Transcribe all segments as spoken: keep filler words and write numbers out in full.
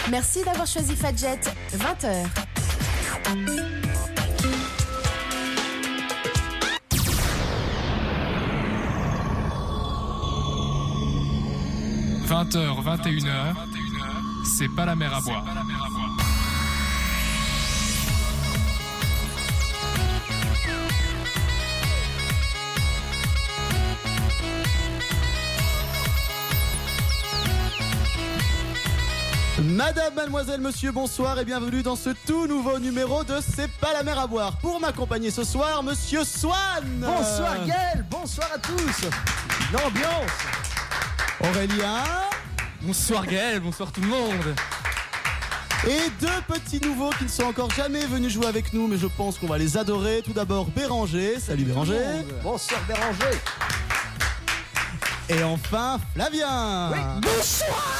Merci d'avoir choisi Fadjet, vingt heures. vingt heures, vingt et une heures, c'est pas la mer à boire. Madame, mademoiselle, monsieur, bonsoir et bienvenue dans ce tout nouveau numéro de C'est pas la mer à boire. Pour m'accompagner ce soir, monsieur Swan. Bonsoir Gaël, bonsoir à tous. L'ambiance. Aurélien. Bonsoir Gaël, bonsoir tout le monde. Et deux petits nouveaux qui ne sont encore jamais venus jouer avec nous, mais je pense qu'on va les adorer. Tout d'abord Béranger. Salut Béranger. Bonsoir Béranger. Et enfin Flavien. Oui, bonsoir.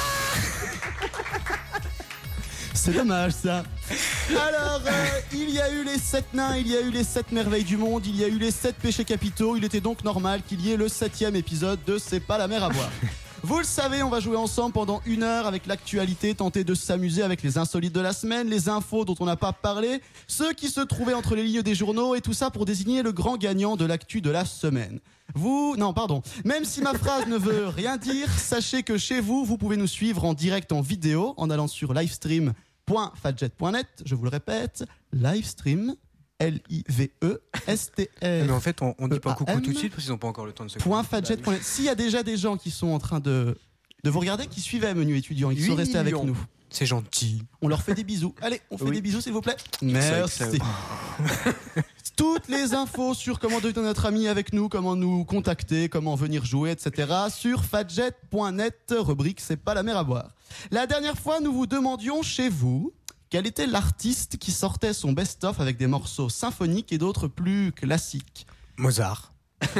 C'est dommage ça. Alors, euh, il y a eu les sept nains, il y a eu les sept merveilles du monde, il y a eu les sept péchés capitaux. Il était donc normal qu'il y ait le septième épisode de C'est pas la mer à boire. Vous le savez, on va jouer ensemble pendant une heure avec l'actualité, tenter de s'amuser avec les insolites de la semaine, les infos dont on n'a pas parlé, ceux qui se trouvaient entre les lignes des journaux et tout ça pour désigner le grand gagnant de l'actu de la semaine. Vous, non, pardon. Même si ma phrase ne veut rien dire, sachez que chez vous, vous pouvez nous suivre en direct en vidéo en allant sur livestream point fadjet point net. Je vous le répète, livestream. L I V E S T R. Mais en fait, on, on dit pas coucou tout de suite parce qu'ils n'ont pas encore le temps de se Point fadjet point net. S'il y a déjà des gens qui sont en train de, de vous regarder, qui suivent Menu Étudiant, ils sont restés avec nous. C'est gentil. On leur fait des bisous. Allez, on fait Oui. des bisous, s'il vous plaît. Merci. Toutes les infos sur comment devenir notre ami avec nous, comment nous contacter, comment venir jouer, et cetera sur fadjet point net, rubrique C'est pas la mer à boire. La dernière fois, nous vous demandions chez vous quel était l'artiste qui sortait son best-of avec des morceaux symphoniques et d'autres plus classiques. Mozart.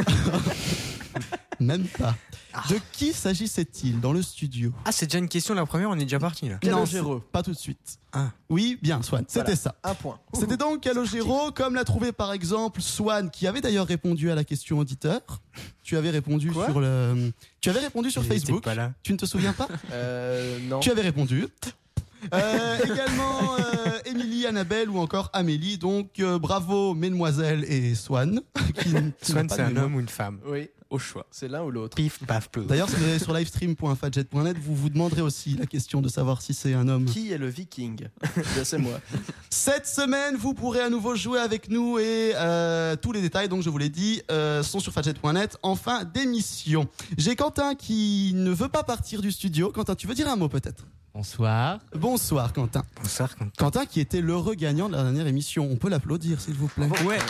Même pas. De qui s'agissait-il dans le studio? Ah, c'est déjà une question, la première, on est déjà parti là. Non, Calogero. pas tout de suite. Ah. Oui, bien, Swan, c'était Voilà, ça. Un point. C'était donc Calogero, comme l'a trouvé par exemple Swan, qui avait d'ailleurs répondu à la question auditeur. Tu avais répondu Quoi sur le, tu avais répondu sur Il était Facebook. pas là. Tu ne te souviens pas? Euh, non. Tu avais répondu. Euh, également euh, Émilie, Annabelle ou encore Amélie. Donc euh, bravo mesdemoiselles et Swan. Qui, qui Swan, n'a pas c'est de un mémoire. homme ou une femme? Oui, Au choix. c'est l'un ou l'autre. Pif, paf, plouf. D'ailleurs, si vous allez sur livestream point fadjet point net, vous vous demanderez aussi la question de savoir si c'est un homme. Qui est le viking? Ben, c'est moi. Cette semaine, vous pourrez à nouveau jouer avec nous et euh, tous les détails, donc je vous l'ai dit, euh, sont sur fadjet point net en fin d'émission. J'ai Quentin qui ne veut pas partir du studio. Quentin, tu veux dire un mot peut-être? Bonsoir. Bonsoir Quentin. Bonsoir, Quentin. Quentin qui était l'heureux gagnant de la dernière émission. On peut l'applaudir s'il vous plaît. Ouais.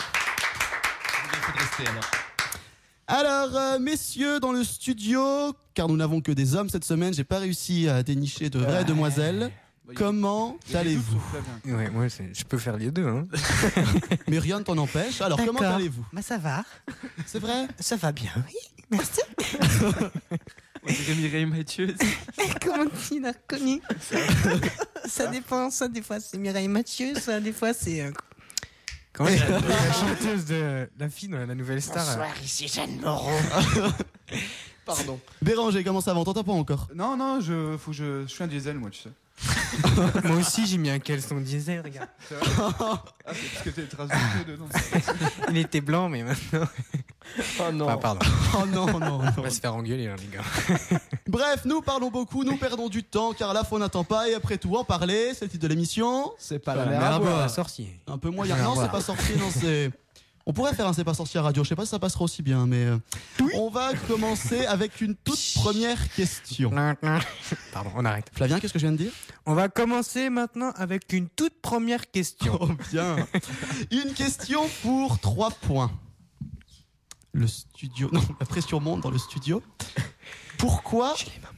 Alors, euh, messieurs, dans le studio, car nous n'avons que des hommes cette semaine, j'ai pas réussi à dénicher de vraies demoiselles. Comment allez-vous? Ouais, moi, c'est- je peux faire les deux, hein. Mais rien ne t'en empêche. Alors, comment D'accord. allez-vous? Bah, ça va. C'est vrai? Ça va bien, oui. Merci. On dirait Mireille Mathieu. Comment tu l'as reconnu? Ça dépend, ça, des fois, c'est Mireille Mathieu, ça, des fois, c'est. Euh... Comment elle s'appelle la chanteuse de la fille dans la nouvelle star? Bonsoir, ici Jeanne Moreau. Pardon. Béranger, comment ça va? On t'entend pas encore? Non, non, je, faut que je, je suis un diesel, moi, tu sais. Moi aussi, j'ai mis un caleçon diesel, regarde. C'est vrai Ah, c'est parce que t'as des traces de feu dedans. Il était blanc, mais maintenant. Oh non. Enfin, pardon. Oh non, non, On non. va se faire engueuler, hein, les gars. Bref, nous parlons beaucoup, nous perdons du temps, car la faune n'attend pas, et après tout, en parler, c'est le titre de l'émission. C'est pas La la mer à boire. boire, sorcier. Un peu moyen. Rien à Non, c'est voir. pas sorcier, non, c'est... On pourrait faire un C'est pas sorcier à radio, je sais pas si ça passera aussi bien, mais... euh, On va commencer avec une toute première question. Pardon, on arrête. Flavien, qu'est-ce que je viens de dire? On va commencer maintenant avec une toute première question. Oh bien. Une question pour trois points. Le studio... Non, la pression monte dans le studio. Pourquoi...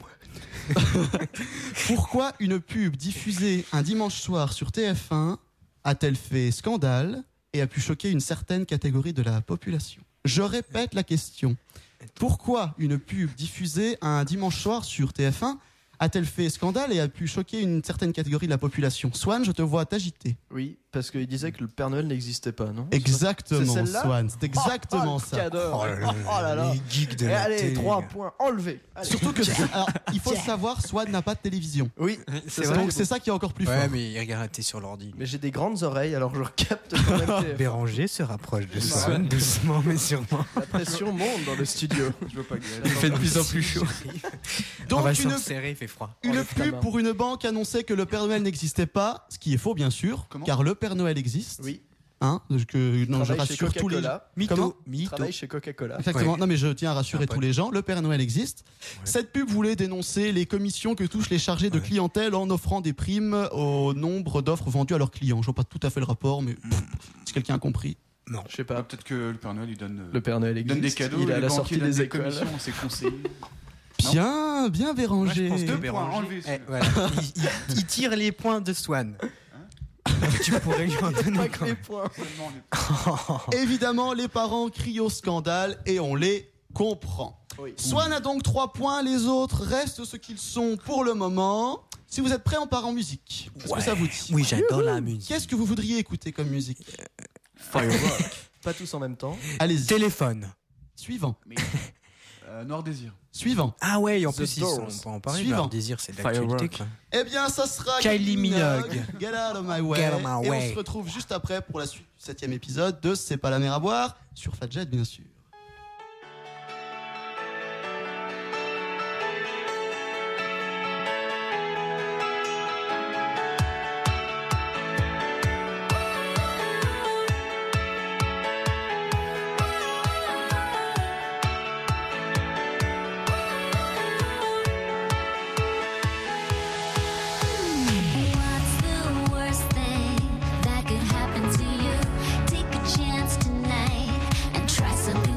Pourquoi une pub diffusée un dimanche soir sur T F un a-t-elle fait scandale et a pu choquer une certaine catégorie de la population? Je répète la question. Pourquoi une pub diffusée un dimanche soir sur T F un a-t-elle fait scandale et a pu choquer une certaine catégorie de la population? Swan, je te vois t'agiter. Oui, parce qu'il disait que le Père Noël n'existait pas, non? Exactement, C'est celle-là Swan, c'est exactement oh, oh, ça. Cadre. Oh là là, Oh là là. les geeks de Et la allez, télé, trois gars. points enlevés. Allez. Surtout que, alors, il faut le savoir, Swan n'a pas de télévision. Oui, C'est c'est vrai. vrai. Donc c'est ça qui est encore plus Ouais, fort. mais il regarde la télé sur l'ordi. Mais j'ai des grandes oreilles, alors je capte quand même T F un. Béranger se rapproche de Ouais. Swan doucement mais sûrement. La pression monte dans le studio. Je veux pas gueuler. Il fait de plus en plus chaud. On va Donc se une, serrer, il fait froid. une Enlève ta pub main. pour une banque annonçait que le Père Noël n'existait pas, ce qui est faux bien sûr, Comment car le Père Noël existe. Oui, Hein, que, non, je travaille chez rassure tous les Coca-Cola. Mytho, Comment Il mytho. travaille chez Coca-Cola. Exactement. Ouais. Non, mais je tiens à rassurer Un pote. tous les gens. Le Père Noël existe. Cette pub voulait dénoncer les commissions que touchent les chargés de Ouais. clientèle en offrant des primes au nombre d'offres vendues à leurs clients. Je vois pas tout à fait le rapport, mais pff, si quelqu'un a compris. Non. Je sais Ah, pas. peut-être que le Père Noël il donne, euh, Le Père Noël il existe. donne des cadeaux, Il est à les la banquiers sortie donnent des des écoles. commissions, c'est conseillé. Bien, bien Moi, je Béranger. pense que Deux Béranger, points enlevés, eh, celui-là. voilà, il, il- il tire les points de Swan. Tu pourrais lui en donner Pas quand que les même. points. Seulement les- Évidemment, les parents crient au scandale et on les comprend. Oui. Swan a donc trois points, les autres restent ce qu'ils sont pour le moment. Si vous êtes prêts, on part en musique. Est-ce que ça vous dit? Oui, j'adore la musique. Qu'est-ce que vous voudriez écouter comme musique? Firework. Pas tous en même temps. Allez-y. Téléphone. Suivant. Euh, Noir Désir. Suivant. Ah ouais, en The plus, ils Doors. sont pas en parler. Suivant. Leur désir, c'est de l'actualité, Firework. quoi. Eh bien, ça sera Kylie Minogue. Get out of my way. Get out of my Et way. on se retrouve juste après pour la suite du septième épisode de C'est pas la mer à boire sur Fadjet, bien sûr. What's the worst thing that could happen to you? Take a chance tonight and try something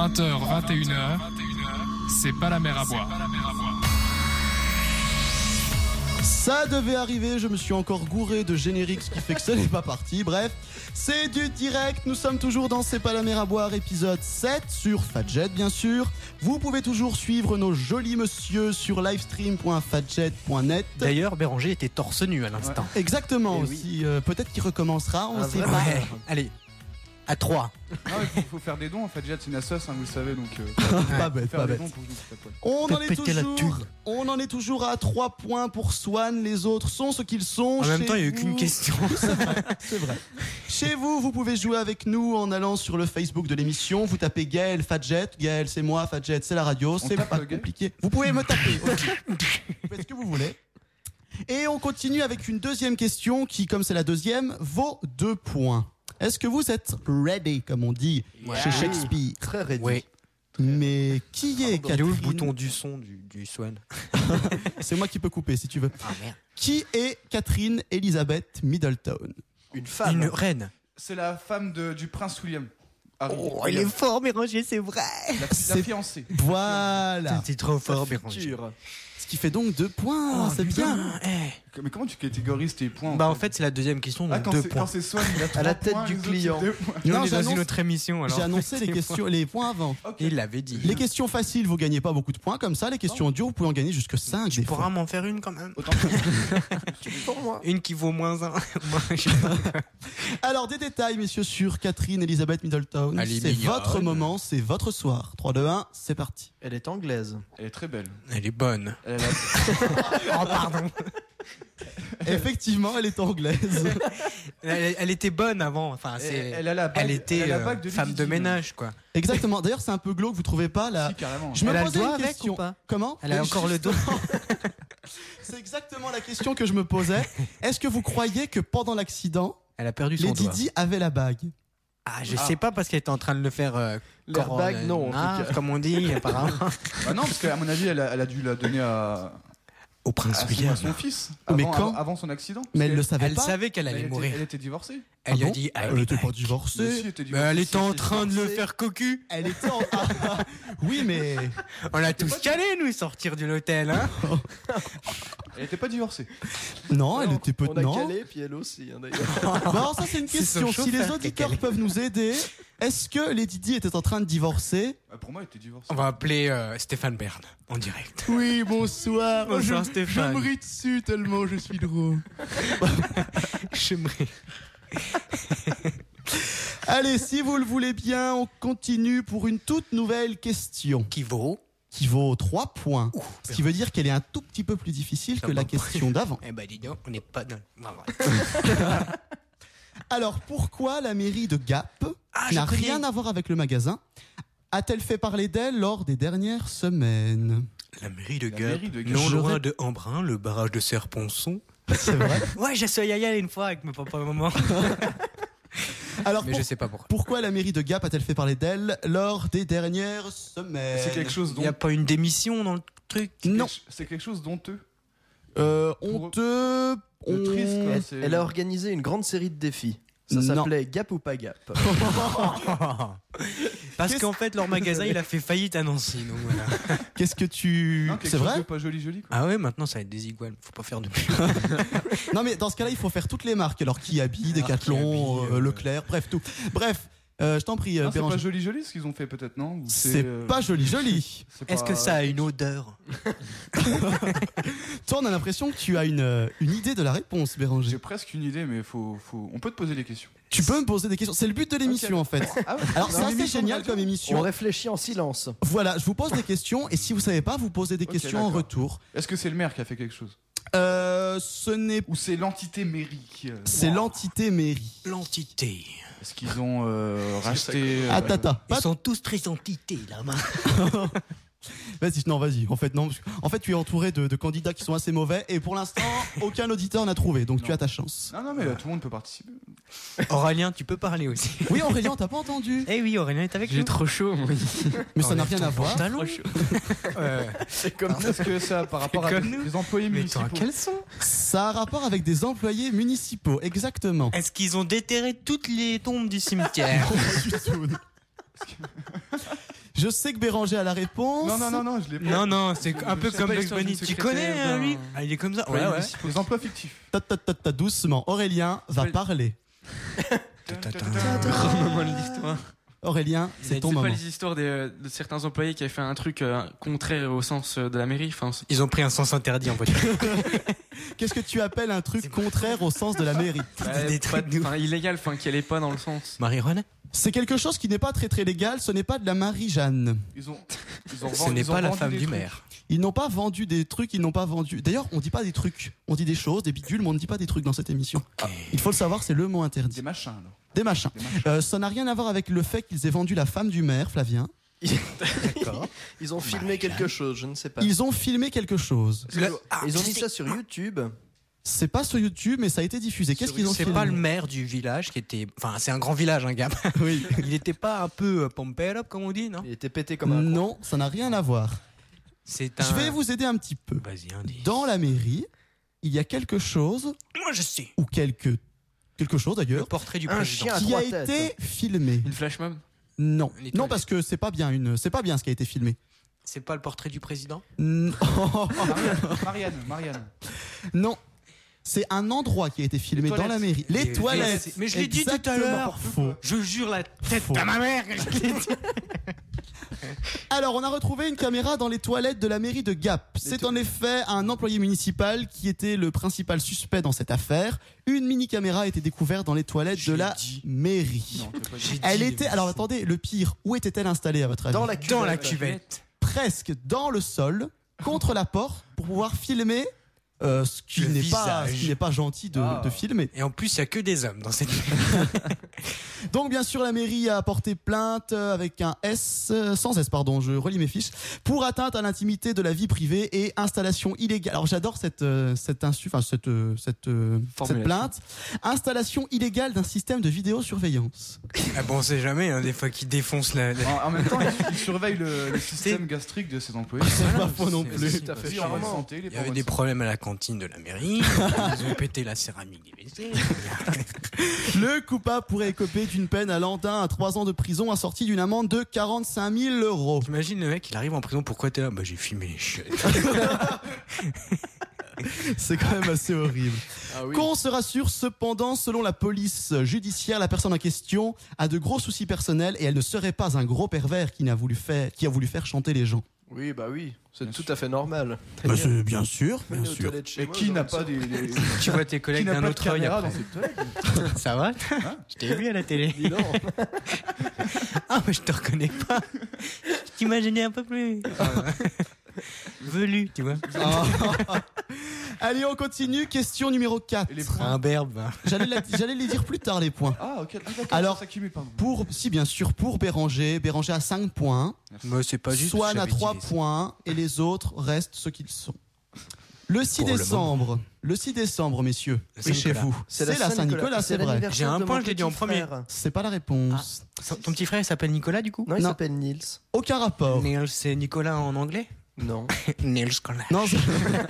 vingt heures, vingt et une heures, c'est pas la mer à boire. Ça devait arriver, je me suis encore gouré de générique, ce qui fait que ce n'est pas parti. Bref, c'est du direct. Nous sommes toujours dans C'est pas la mer à boire, épisode sept, sur Fadjet, bien sûr. Vous pouvez toujours suivre nos jolis messieurs sur livestream point fadjet point net. D'ailleurs, Béranger était torse nu à l'instant. Exactement Eh aussi. Euh, peut-être qu'il recommencera, on Ah, sait vraiment pas. Ouais, allez, à trois. Ah ouais, faut, faut faire des dons en fait. Jet, c'est une assoce, hein, vous le savez, donc. Euh, Pas bête, faire pas des bête. dons pour que je nous foute à poil. On en, est Faites péter la toujours, thune. on en est toujours à trois points pour Swan. Les autres sont ce qu'ils sont. En même Chez temps, il n'y a eu vous- qu'une question. C'est vrai. Chez vous, vous pouvez jouer avec nous en allant sur le Facebook de l'émission. Vous tapez Gaël Fadjet. Gaël, c'est moi. Fadjet, c'est la radio. C'est tape pas le Gaël compliqué. Vous pouvez me taper aussi. Vous faites ce que vous voulez. Et on continue avec une deuxième question qui, comme c'est la deuxième, vaut deux points. Est-ce que vous êtes ready, comme on dit chez Shakespeare? Très ready. Oui. Mais qui est Il est où le Catherine bouton du son du, du Swan? C'est moi qui peux couper si tu veux. Ah merde. Qui est Catherine Elizabeth Middleton? Une femme. Une reine. C'est la femme de- du prince William. Harry. Oh, il est fort, Béranger, c'est vrai. La, C'est- la fiancée. Voilà. T'es trop fort, Sa Béranger. future. Ce qui fait donc deux points. c'est bien. Eh. Mais comment tu catégorises tes points Bah en fait, c'est la deuxième question, ah, donc quand deux c'est- points. quand c'est Swan, il a trois la tête points, du les autres, client. c'est deux points. Nous, Non, on est dans j'annonce- une autre émission, alors. J'ai annoncé les questions, les points avant. Ok. Il l'avait dit. Les questions faciles, vous gagnez pas beaucoup de points. Comme ça, les questions dures, vous pouvez en gagner jusque cinq Tu des pourras fois. m'en faire une quand même. Autant que- Pour moi. Une qui vaut moins un. Moi, je sais pas. Alors, des détails, messieurs, sur Catherine Elizabeth Middleton. Elle est C'est mignonne. votre moment, c'est votre soir. trois, deux, un, c'est parti. Elle est anglaise. Elle est très belle. Elle est bonne. Elle a- Oh, pardon. Effectivement, elle est anglaise. Elle, elle était bonne avant. Enfin, c'est. elle, elle a la bague, Elle était elle a la euh, bague de femme Lady de Di, ménage, quoi. Exactement. D'ailleurs, c'est un peu glauque, vous trouvez pas là Si, carrément. Je me Elle a le posais doigt une avec question. ou pas Comment Elle a Oui, encore le dos. C'est exactement la question que je me posais. Est-ce que vous croyez que pendant l'accident, Elle a perdu son Lady doigt. Di avait la bague? Ah, je sais pas parce qu'elle était en train de le faire. Euh, L'airbag, corona- non, en tout cas. comme on dit, apparemment. Bah non, parce qu'à mon avis, elle a, elle a dû la donner à, Au à, prince son, William. à son fils. Mais Avant, quand avant, avant son accident. Mais elle le Parce savait Elle pas. savait qu'elle qu'elle- allait elle mourir. était, elle était divorcée. Elle lui Ah a bon dit. Elle était pas divorcée. Mais si, elle était Mais divorcée. elle Si, était en si, train de le divorcée. faire cocu. Elle était en... Ah, oui, mais... On l'a tous calé, nous, sortir de l'hôtel, hein. Elle était pas divorcée. Non, elle Non, était peu... On a Non. calé, puis elle aussi, hein, d'ailleurs. Bon, alors ça, c'est une C'est question. son Si les chauffeur qui a auditeurs calé. peuvent nous aider, est-ce que Lady Di était en train de divorcer? Bah, pour moi, elle était divorcée. On va appeler euh, Stéphane Bern en direct. Oui, bonsoir. Bonsoir, Stéphane. ris dessus tellement je suis drôle. J'aimerais. Allez, si vous le voulez bien, on continue pour une toute nouvelle question. Qui vaut Qui vaut trois points. Ce qui veut dire qu'elle est un tout petit peu plus difficile que Ça la va. question d'avant. Eh ben, dis donc, on n'est pas dans. Bah, ouais. Alors, pourquoi la mairie de Gap, Ah, qui je n'a connais. rien à voir avec le magasin, a-t-elle fait parler d'elle lors des dernières semaines? La mairie de La Gap, mairie de Gap. non J'aurais- loin de Embrun, le barrage de Serponçon. C'est vrai. Ouais, j'ai essayé y aller une fois avec mes papa et maman. Alors, Mais pour- je sais pas pourquoi. pourquoi la mairie de Gap a-t-elle fait parler d'elle lors des dernières semaines? C'est quelque chose Il dont. n'y a pas une démission dans le truc. Non. C'est quelque chose d'honteux. Euh, Pour- honteux. Le on- triste, quoi. Elle, c'est- elle a organisé une grande série de défis. Ça Non. s'appelait Gap ou pas Gap. Parce Qu'est-ce- qu'en fait, leur magasin, il a fait faillite à Nancy. Donc voilà. Qu'est-ce que tu. Non, quelque C'est chose vrai? de pas joli, joli. Quoi. Ah ouais, maintenant, ça va être des iguales. Faut pas faire de pub. Non, mais dans ce cas-là, il faut faire toutes les marques. Alors, Kiabi, Decathlon, Kiabi, euh, euh, Leclerc, bref, tout. Bref, euh, je t'en prie, euh, Non, c'est Béranger. pas joli, joli ce qu'ils ont fait peut-être, non Ou C'est euh, pas joli, joli. c'est Est-ce pas- que ça a une odeur? Toi, on a l'impression que tu as une, euh, une idée de la réponse, Béranger. J'ai presque une idée, mais faut, faut... on peut te poser des questions. Tu peux me poser des questions. C'est le but de l'émission, en fait. Ah ouais. Alors, Dans c'est assez l'émission de génial radio. comme On émission. réfléchit en silence. Voilà, je vous pose des questions et si vous savez pas, vous posez des Ok, questions en d'accord. retour. Est-ce que c'est le maire qui a fait quelque chose Euh, ce n'est Ou c'est l'entité mairie qui, euh, c'est l'entité mairie. L'entité. Est-ce qu'ils ont euh, racheté euh, Ah, tata. Ils Pas- sont tous très entités, là-bas. Vas-y, non, vas-y. En fait, non. parce que- En fait, tu es entouré de, de candidats qui sont assez mauvais et pour l'instant, aucun auditeur n'a trouvé. Donc, tu Non. as ta chance. Non, non, mais euh, tout le monde peut participer. Aurélien, tu peux parler aussi. Oui, Aurélien, t'as pas entendu? Eh oui, Aurélien est avec nous. J'ai trop chaud, moi. Mais ça n'a Enlève rien ton à voir. pantalon. Trop chaud. Euh, C'est comme Est-ce que ça, par rapport à comme des, nous. des employés Mais municipaux attends, quels sont? Ça a rapport avec des employés municipaux, exactement. Est-ce qu'ils ont déterré toutes les tombes du cimetière? Je sais que Béranger a la réponse. Non, non, non, non, je l'ai pas. Non, non, c'est un peu sais comme pas, Bugs l'histoire Bunny. d'une Tu connais secrétaire hein, lui d'un- Ah, il est comme ça. Ouais, Ouais, ouais. mais Les emplois fictifs. Ta, ta, ta, ta, doucement. Aurélien va Ouais. parler. Grand moment de l'histoire. Aurélien, c'est ton C'est pas moment. les histoires des- de certains employés qui avaient fait un truc euh, contraire au sens euh, de la mairie. Enfin, c'est- Ils ont pris un sens interdit en voiture. Qu'est-ce que tu appelles un truc contraire au sens de la mairie? bah, des pas- trucs de ouf. enfin, illégal, enfin qui allait pas dans le sens. Marie-René C'est quelque chose qui n'est pas très très légal, ce n'est pas de la Marie-Jeanne. Ils ont, ils ont Ce vendu- n'est ils ont pas la vendu femme des du trucs. maire. Ils n'ont pas vendu des trucs, ils n'ont pas vendu. D'ailleurs, on dit pas des trucs, on dit des choses, des bidules, mais on ne dit pas des trucs dans cette émission. Il faut le savoir, c'est le mot interdit. Des machins, alors. Des machins. Des machins. Euh, ça n'a rien à voir avec le fait qu'ils aient vendu la femme du maire, Flavien. D'accord. Ils ont filmé quelque chose, je ne sais pas. Ils ont filmé quelque chose. Le- Ils ont mis ça sur YouTube. C'est pas sur YouTube, mais ça a été diffusé. Qu'est-ce Sur qu'ils ont C'est filmé? pas le maire du village qui était. Enfin, c'est un grand village, un gars. Oui. Il était pas un peu euh, pumped up, comme on dit, non Il était pété comme un con. Non, ça n'a rien à voir. C'est un. Je vais vous aider un petit peu. Vas-y, indice. Dans la mairie, il y a quelque chose, Moi, je sais. ou quelque, quelque chose Le d'ailleurs, portrait du Un président. chien à qui trois a têtes. été filmé. Une flash mob. Non, Les non toilettes. parce que c'est pas bien une, c'est pas bien ce qui a été filmé. C'est pas le portrait du président Non, Marianne, Marianne, Marianne. non. C'est un endroit qui a été filmé dans toilettes. la mairie. Les Les toilettes. toilettes. Mais je l'ai dit tout à Exactement. l'heure. Faux. Je jure la tête Faux. de ma mère que je l'ai dit. Alors, on a retrouvé une caméra dans les toilettes de la mairie de Gap. C'est en effet un employé municipal qui était le principal suspect dans cette affaire. Une mini caméra a été découverte dans les toilettes Je de l'ai la dit. mairie. Non, t'as pas dit. J'ai Elle dit, était. mais Alors c'est- attendez, le pire. Où était-elle installée à votre avis? Dans la cuvette. Dans la cuvette. Presque dans le sol, contre la porte, pour pouvoir filmer. euh, ce qui Le n'est pas, ce visage. qui n'est pas gentil de, Ah. de filmer. Et en plus, il y a que des hommes dans cette. Donc bien sûr la mairie a porté plainte euh, avec un S, euh, sans S pardon, je relis mes fiches, pour atteinte à l'intimité de la vie privée et installation illégale. Alors j'adore cette euh, cette insu, enfin cette euh, cette euh, cette Formulation. plainte. Installation illégale d'un système de vidéosurveillance. Ah bon, on sait jamais, hein, des fois qu'ils défoncent la. la- En, en même temps, ils, ils surveillent le, le système gastrique de ses employés. C'est pas faux non c'est- plus. c'est tout à fait Si, charmant. en bonne santé, il est Il y pas en avait bonne des santé. problèmes à la cantine de la mairie. Ils ont pété la céramique des W C. Le coupable pourrait écoper d'une peine allant d'un à trois ans de prison assortie d'une amende de quarante-cinq mille euros. T'imagines le mec, il arrive en prison, pourquoi t'es là? Bah j'ai filmé les chiottes. C'est quand même assez horrible. Ah oui. Qu'on se rassure cependant, selon la police judiciaire, la personne en question a de gros soucis personnels et elle ne serait pas un gros pervers qui, n'a voulu faire, qui a voulu faire chanter les gens. Oui, bah oui, c'est tout à fait normal. Bah, c'est bien sûr, bien Venez aux sûr. toilettes chez Mais moi, qui j'aurais n'a ça. pas des, des- Tu vois tes qui collègues n'a d'un pas de autre œil caméra après. dans ses toilettes? Ça va? Je t'ai vu à la télé. Dis donc. Ah, mais je te reconnais pas. Je t'imaginais un peu plus. Velu, tu vois. Allez, on continue. Question numéro quatre. Et les points. Un berbe. hein. J'allais, la- j'allais les dire plus tard, les points. Ah, ok. Ah, d'accord, Alors, ça s'accumule, pardon. Pour, si bien sûr, pour Béranger, Béranger a cinq points, Moi, c'est pas juste. Swan a j'avais trois dit les- points et les autres restent ce qu'ils sont. Le six Pour le décembre, le six décembre, messieurs, La oui, chez Saint-Nicolas. vous, c'est la Saint-Nicolas, c'est vrai. l'anniversaire J'ai un de point, mon je l'ai dit en petit premier. frère. C'est pas la réponse. Ton ton petit frère, il s'appelle Nicolas, du coup? Non, il Non. s'appelle Nils. Aucun rapport. Niels, c'est Nicolas en anglais? Non. Niels Collin. Non, c'est-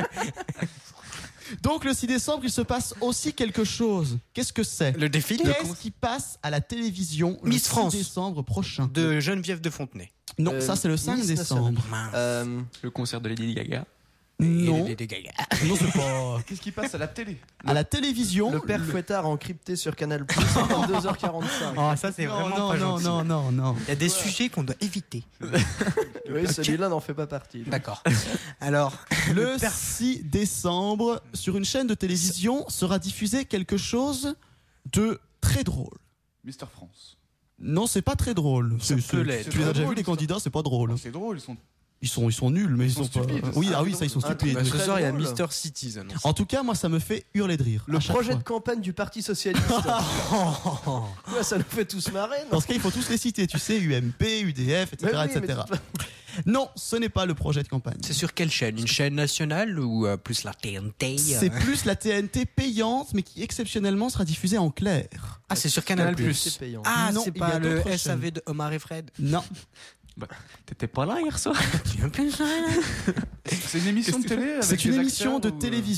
Donc le six décembre, il se passe aussi quelque chose. Qu'est-ce que c'est? Le défilé Qu'est-ce qui passe à la télévision le Miss six France. décembre prochain? de Geneviève de Fontenay. Non, Euh, ça c'est le cinq Miss décembre. Mince. Euh, Le concert de Lady Gaga. Non, Et les- les Gaga. non c'est pas... Qu'est-ce qui passe à la télé? À la télévision... le père Fouettard encrypté sur Canal Plus à vingt-deux heures quarante-cinq. Oh, ça, c'est Non, vraiment non, pas non, gentil. non, non, non. Il y a des sujets qu'on doit éviter. Oui, celui-là n'en fait pas partie. D'accord. Alors, Le père- six décembre, sur une chaîne de télévision, sera diffusé quelque chose de très drôle. Mister France. Non, c'est pas très drôle. C'est- c'est- peut l'être. Tu les as déjà drôle, vu les ça. candidats, c'est pas drôle. C'est drôle, ils sont. Ils sont, ils sont nuls, mais ils, sont sont, pas. stupides. Oui, Ah, ah oui, ça ils sont un stupides. truc bah, ce très soir, il y a drôle. Mister Citizen. En tout cas, moi, ça me fait hurler de rire. Le à chaque projet fois. de campagne du Parti Socialiste. Quoi, ça nous fait tous marrer, non? Dans ce cas, il faut tous les citer, tu sais, U M P, U D F, et cetera, Mais oui, mais et cetera. tout- Non, ce n'est pas le projet de campagne. C'est sur quelle chaîne? Une chaîne nationale ou euh, plus la T N T? C'est plus la T N T payante, mais qui exceptionnellement sera diffusée en clair. Ah, c'est sur Canal+. C'est payant. Ah, Non, c'est il y a pas le d'autres S A V chaînes. de Omar et Fred. Non, T'étais pas là hier soir? Tu viens plus de ça, là? C'est une émission de télé avec c'est une des émission de acteurs ou, euh, télévision.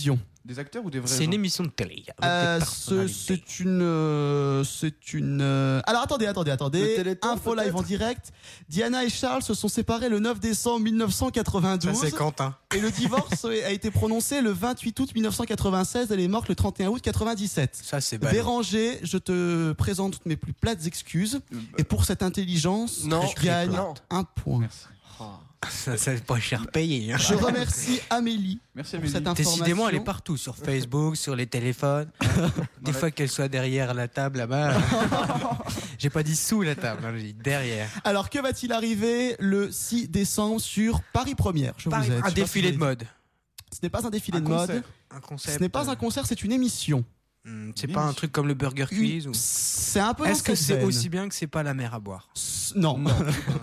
Des acteurs ou des vrais C'est une gens émission de télé. avec Euh, des ce- personnalités. c'est une, euh, c'est une. euh, Alors attendez, attendez, Le attendez. Téléthon, Info live peut-être en direct. Diana et Charles se sont séparés le neuf décembre mille neuf cent Ça, quatre-vingt-douze c'est Quentin. et le divorce a été prononcé le vingt-huit août mille neuf cent quatre-vingt-seize. Elle est morte le trente et un août quatre-vingt-dix-sept. Ça, c'est ballot. Béranger, je te présente toutes mes plus plates excuses et pour cette intelligence, Non, je gagne non. un point. Merci. Ça, c'est pas cher payé. Hein. Je remercie Amélie Merci pour Amélie. cette information. Décidément, elle est partout, sur Facebook, sur les téléphones. Des fois qu'elle soit derrière la table là-bas. J'ai pas dit sous la table, hein, j'ai dit derrière. Alors que va-t-il arriver le six décembre sur Paris Première? Je Pareil, vous aide. un Je sais pas défilé si de vous mode. l'avez dit. Ce n'est pas un défilé Un de mode. concert. Un concept. Ce n'est pas un concert, c'est une émission. Hmm, C'est pas un truc comme le Burger Quiz ou... C'est un peu dans Est-ce que cette c'est veine. aussi bien que c'est pas la mer à boire? S- Non. Non.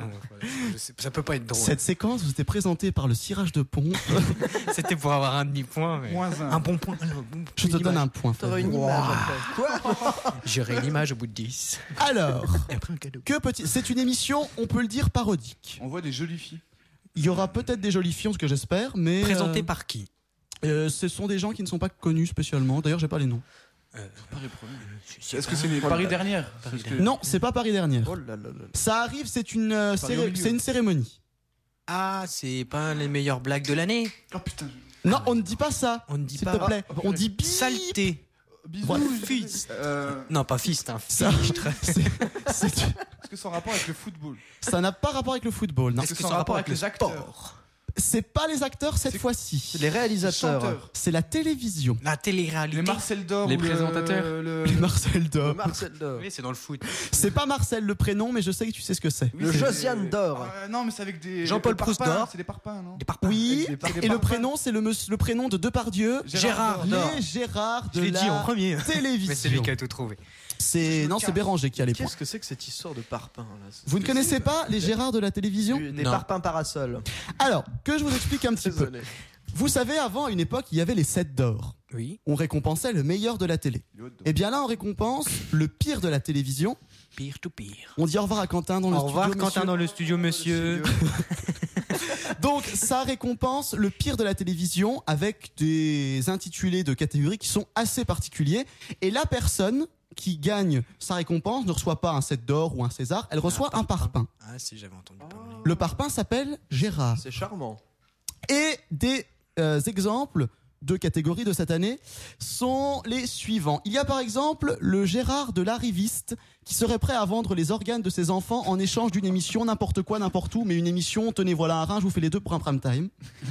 Je sais- Ça peut pas être drôle. Cette séquence vous était présentée par le cirage de pont. C'était pour avoir un demi-point. mais- Moins un. Un bon point. Alors, Je te une donne image. un point. T'auras une Fabien. image après. Quoi J'aurai l'image au bout de dix. Alors, Et après un cadeau. que petit. C'est une émission, on peut le dire, parodique. On voit des jolies filles. Il y aura peut-être des jolies filles, ce que j'espère, mais. Présenté euh, par qui? euh, Ce sont des gens qui ne sont pas connus spécialement. D'ailleurs, j'ai pas les noms. Paris Première. Je Est-ce que c'est les Paris dernière Paris Parce que- Non, c'est pas Paris dernière. Oh là là là. Ça arrive, c'est une, euh, Paris au céré- milieu. c'est une cérémonie. Ah, c'est pas les meilleures blagues de l'année. Oh putain. Non, on ne dit pas ça. On ne dit S'il pas. te plaît, on dit bip. Saleté. Bisous. Voilà. Fist. Euh, Non, pas fist, hein. Ça- Fichtre. C'est- c'est- Est-ce que c'est en rapport avec le football Ça n'a pas rapport avec le football, non. Est-ce que c'est en rapport avec les acteurs C'est pas les acteurs cette C'est- fois-ci. Les réalisateurs. Chanteurs. C'est la télévision. La Les télé-réalité. Marcel Dor Les ou le- présentateurs. le- Les Marcel Le d'Or. Marcel Dor. Oui, c'est dans le foot. C'est pas Marcel le prénom, mais je sais que tu sais ce que c'est. Oui, Le c'est- Josiane d'or. Euh, non, mais c'est avec des. Jean-Paul des Proust parpaings, d'or. C'est des parpaings, non Des parpaings. Oui, Avec des- et des le parpaings. prénom, c'est le, monsieur- le prénom de Depardieu. Gérard d'or. Les Gérard de Je l'ai dit en la premier. Mais c'est lui télévision. qui a tout trouvé. C'est non, c'est Béranger qui a les points. Qu'est-ce que c'est que cette histoire de parpaing là Vous ne connaissez pas les Gérard de la télévision? Du- Des Non. parpaings parasols. Alors, que je vous explique un petit peu. Désolé. Vous savez, avant, à une époque, il y avait les sept d'or. Oui. On récompensait le meilleur de la télé. Et bien là, on récompense le pire de la télévision. Pire to pire. On dit au revoir à Quentin dans le Au studio. revoir, messieurs. Quentin, dans le studio, monsieur. Donc, ça récompense le pire de la télévision avec des intitulés de catégories qui sont assez particuliers. Et la personne qui gagne sa récompense ne reçoit pas un sept d'or ou un César, elle reçoit un parpaing. Ah, si, j'avais entendu parler. Le parpaing s'appelle Gérard. C'est charmant. Et des euh, exemples de catégories de cette année sont les suivants. Il y a par exemple le Gérard de l'arriviste qui serait prêt à vendre les organes de ses enfants en échange d'une émission n'importe quoi, n'importe où, mais une émission, tenez voilà un rein, je vous fais les deux pour un prime time.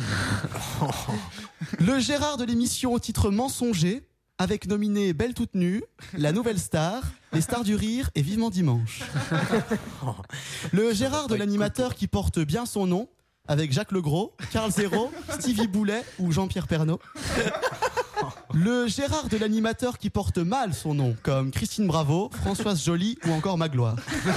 Le Gérard de l'émission au titre mensonger, avec nominé Belle toute nue, La Nouvelle Star, Les Stars du Rire et Vivement Dimanche. Le Gérard de l'animateur qui porte bien son nom, avec Jacques Legros, Carl Zéro, Stevie Boulet ou Jean-Pierre Pernaut. Le Gérard de l'animateur qui porte mal son nom, comme Christine Bravo, Françoise Joly ou encore Magloire.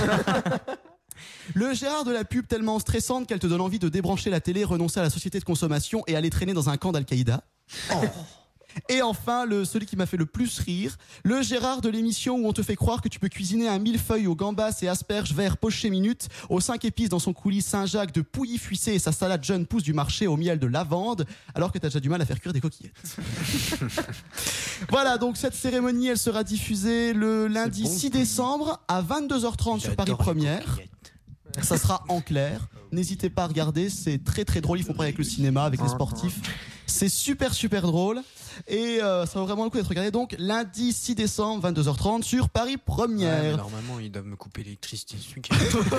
Le Gérard de la pub tellement stressante qu'elle te donne envie de débrancher la télé, renoncer à la société de consommation et aller traîner dans un camp d'Al-Qaïda. Et enfin, le, celui qui m'a fait le plus rire, le Gérard de l'émission où on te fait croire que tu peux cuisiner un millefeuille aux gambas et asperges verts poché minute, aux cinq épices dans son coulis Saint-Jacques de pouilly fuissé et sa salade jeune pousse du marché au miel de lavande, alors que t'as déjà du mal à faire cuire des coquillettes. Voilà, donc cette cérémonie, elle sera diffusée le lundi bon, six décembre à vingt-deux heures trente sur Paris Première. Ça sera en clair. N'hésitez pas à regarder, c'est très très drôle. Ils font pareil avec le cinéma, avec les sportifs. C'est super super drôle. Et euh, ça vaut vraiment le coup d'être regardé. Donc lundi six décembre, vingt-deux heures trente sur Paris Ouais, mais Première. normalement, ils doivent me couper l'électricité ce week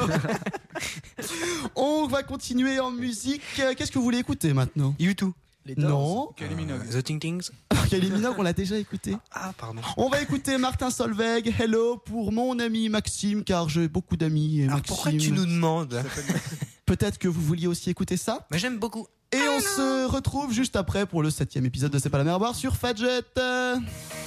On va continuer en musique. Euh, Qu'est-ce que vous voulez écouter maintenant? YouTube. Les Doors. Non. Kylie Minogue. The Ting Tings. Kylie Minogue, on l'a déjà écouté. Ah, pardon. On va écouter Martin Solveig, Hello, pour mon ami Maxime, car j'ai beaucoup d'amis. Et Alors Maxime, pourquoi tu nous demandes? peut-être que vous vouliez aussi écouter ça. Mais j'aime beaucoup. Et on se retrouve juste après pour le septième épisode de C'est pas la mer à boire sur Fadjet. Euh,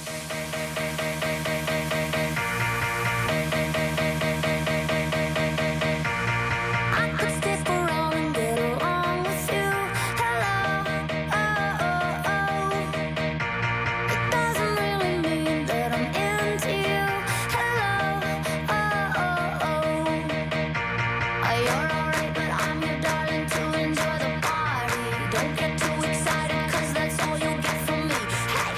I could stick around and get along with you. Hello, oh, oh, oh. It doesn't really mean that I'm into you. Hello, oh, oh, oh. Oh, you're alright, but I'm your darling to enjoy the party. Don't get too excited, cause that's all you'll get from me. Hey,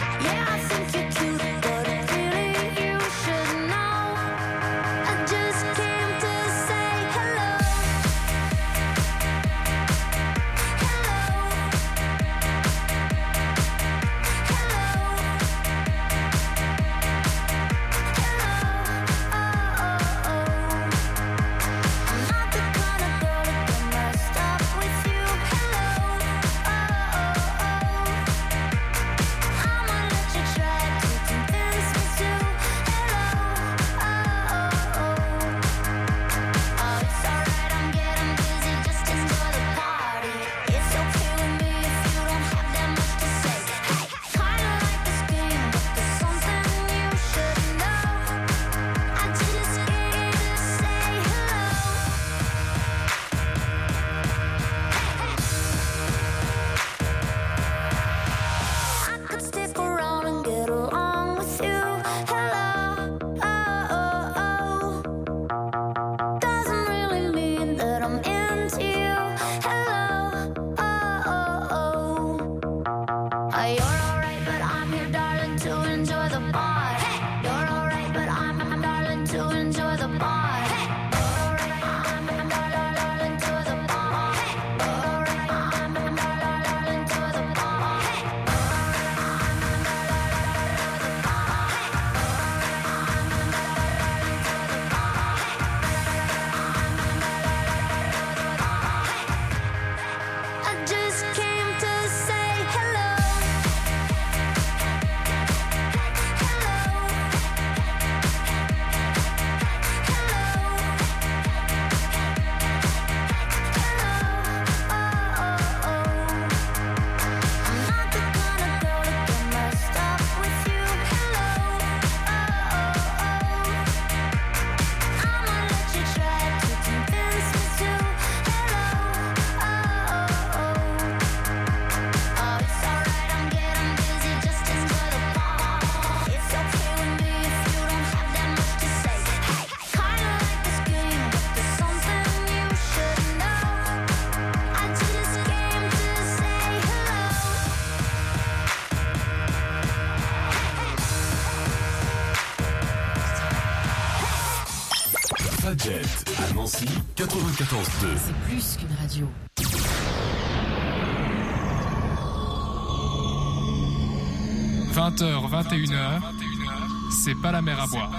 Fadjet à Nancy quatre-vingt-quatorze deux. C'est plus qu'une radio. vingt heures, vingt et une heures, c'est pas la mer à boire.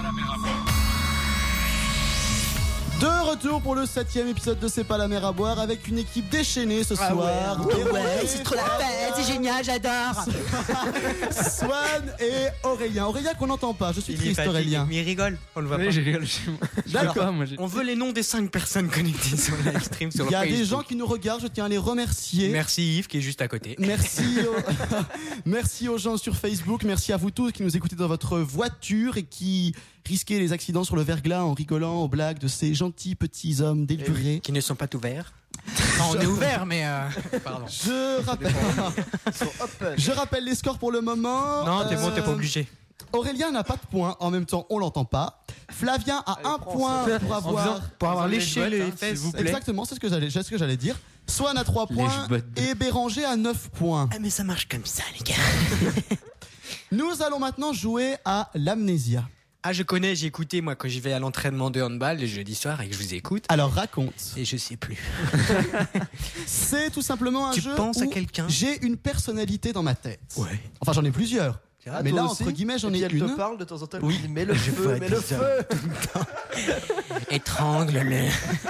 De retour pour le septième épisode de C'est pas la mer à boire avec une équipe déchaînée ce Ah soir. ouais, Véro- Ouais, c'est trop la fête, c'est génial, j'adore. Swan et Aurélien. Aurélien qu'on n'entend pas, je suis Il est triste fatigué, Aurélien. mais il rigole, on le voit Oui, pas. j'ai rigolé chez moi. Je D'accord. rigole pas, moi, j'ai- On veut les noms des cinq personnes connectées sur le live stream sur Il y a Facebook. des gens qui nous regardent, je tiens à les remercier. Merci Yves qui est juste à côté. Merci aux... merci aux gens sur Facebook, merci à vous tous qui nous écoutez dans votre voiture et qui risquez les accidents sur le verglas en rigolant aux blagues de ces gentils petits hommes délurés. Qui ne sont pas ouverts. Enfin, on est ouverts, mais euh... pardon. Je rappelle... Je rappelle les scores pour le moment. Non, t'es bon, t'es pas Euh, obligé. Aurélien n'a pas de points, en même temps on l'entend pas. Flavien a un point pour avoir... Pour avoir En faisant léché les les bottes, hein, fesses. s'il vous plaît. Exactement, c'est ce que j'allais, c'est ce que j'allais dire. Swan a trois Les points bottes de- et Béranger a neuf points. Ah mais ça marche comme ça les gars. Nous allons maintenant jouer à l'amnésia. Ah je connais, j'ai écouté moi quand j'y vais à l'entraînement de handball le jeudi soir et que je vous écoute. Alors raconte. Et je sais plus. C'est tout simplement un Tu jeu penses à où quelqu'un j'ai une personnalité dans ma tête. Ouais. Enfin j'en ai plusieurs. Ah, mais toi là aussi entre guillemets j'en Et ai puis elle une. te parle de temps en temps. Oui. Elle dit, mets le Je feu, vois mets le bizarre. feu. Étrangle-le.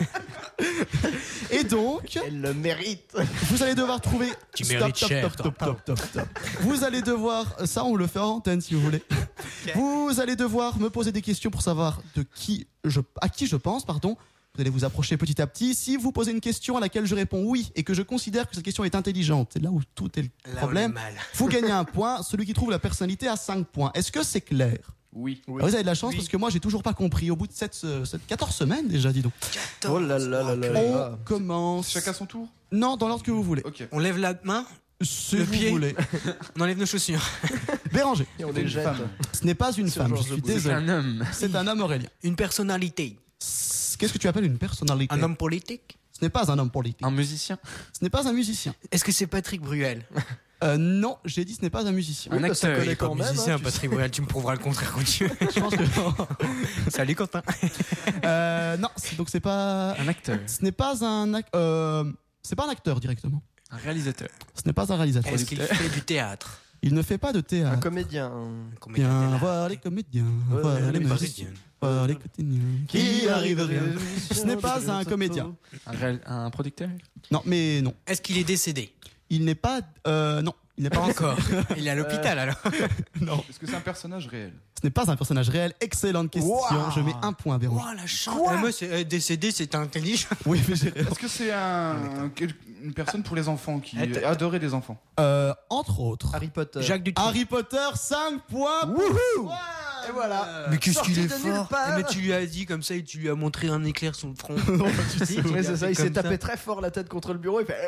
Et donc Elle le mérite. vous allez devoir trouver. Tu Stop, mérites stop, cher, stop, stop, stop, stop, stop. Vous allez devoir. Ça on le fait en antenne si vous voulez. Vous allez devoir me poser des questions pour savoir de qui je, à qui je pense, pardon. Vous allez vous approcher petit à petit. Si vous posez une question à laquelle je réponds oui et que je considère que cette question est intelligente, c'est là où tout est le Là, problème. on est mal. Vous gagnez un point. Celui qui trouve la personnalité a cinq points. Est-ce que c'est clair? Oui. Ah, vous avez de la chance Oui. parce que moi j'ai toujours pas compris. Au bout de cette, euh, cette quatorze semaines déjà, dis donc. Oh là là là là On là. commence. Chacun son tour. Non, dans l'ordre que vous voulez. Ok. On lève la main, Si Le vous pied. voulez. on enlève nos chaussures. Béranger. Et on C'est les une jette. femme. Ce n'est pas une Sur femme. Je Georges suis Debout. C'est désolé. un homme. C'est un homme Aurélien. Une personnalité. Qu'est-ce que tu appelles une personnalité? Un homme politique. Ce n'est pas un homme politique. Un musicien. Ce n'est pas un musicien. Est-ce que c'est Patrick Bruel? Euh, non, j'ai dit ce n'est pas un musicien. Un Oui, bah, ça acteur. connaît Il est pas quand même, musicien, hein, tu Patrick Bruel. Tu me prouveras le contraire quand tu veux. Je pense que non. Salut Quentin. Euh, non, c'est- donc c'est pas. Un acteur. Ce n'est pas un. ac- Euh, c'est pas un acteur directement. Un réalisateur. Ce n'est pas un réalisateur. Est-ce qu'il fait du théâtre? Il ne fait pas de Un théâtre. comédien. Un comédien Viens de voir les comédiens, Ouais, voir les les l'art. musiciens, voir les quotidiens qui arriveraient. Ce n'est pas un comédien. Un, réal- un producteur. Non, mais non. Est-ce qu'il est décédé? Il n'est pas. Euh, non, il n'est Pas pas encore. Il est à l'hôpital alors. Non, Est-ce que c'est un personnage réel? ce n'est pas un personnage réel. Excellente question. Wow. Je mets un point, Béron. Oh la chance. Eh, moi, c'est euh, décédé, c'est intelligent. Oui, mais j'ai. Est-ce que c'est un, quel- une personne pour les enfants qui Eh, t'as- adorait les enfants? Euh, entre autres. Harry Potter. Jacques Dutronc. Harry Potter, cinq points. pour Swan. Et voilà. Mais qu'est-ce qu'il est Sorti de nulle fort. part. Eh, Mais tu lui as dit comme ça et tu lui as montré un éclair sur le front. Non, pas du tout. Ouais, c'est ça, il s'est Comme tapé ça. très fort la tête contre le bureau. Il fait.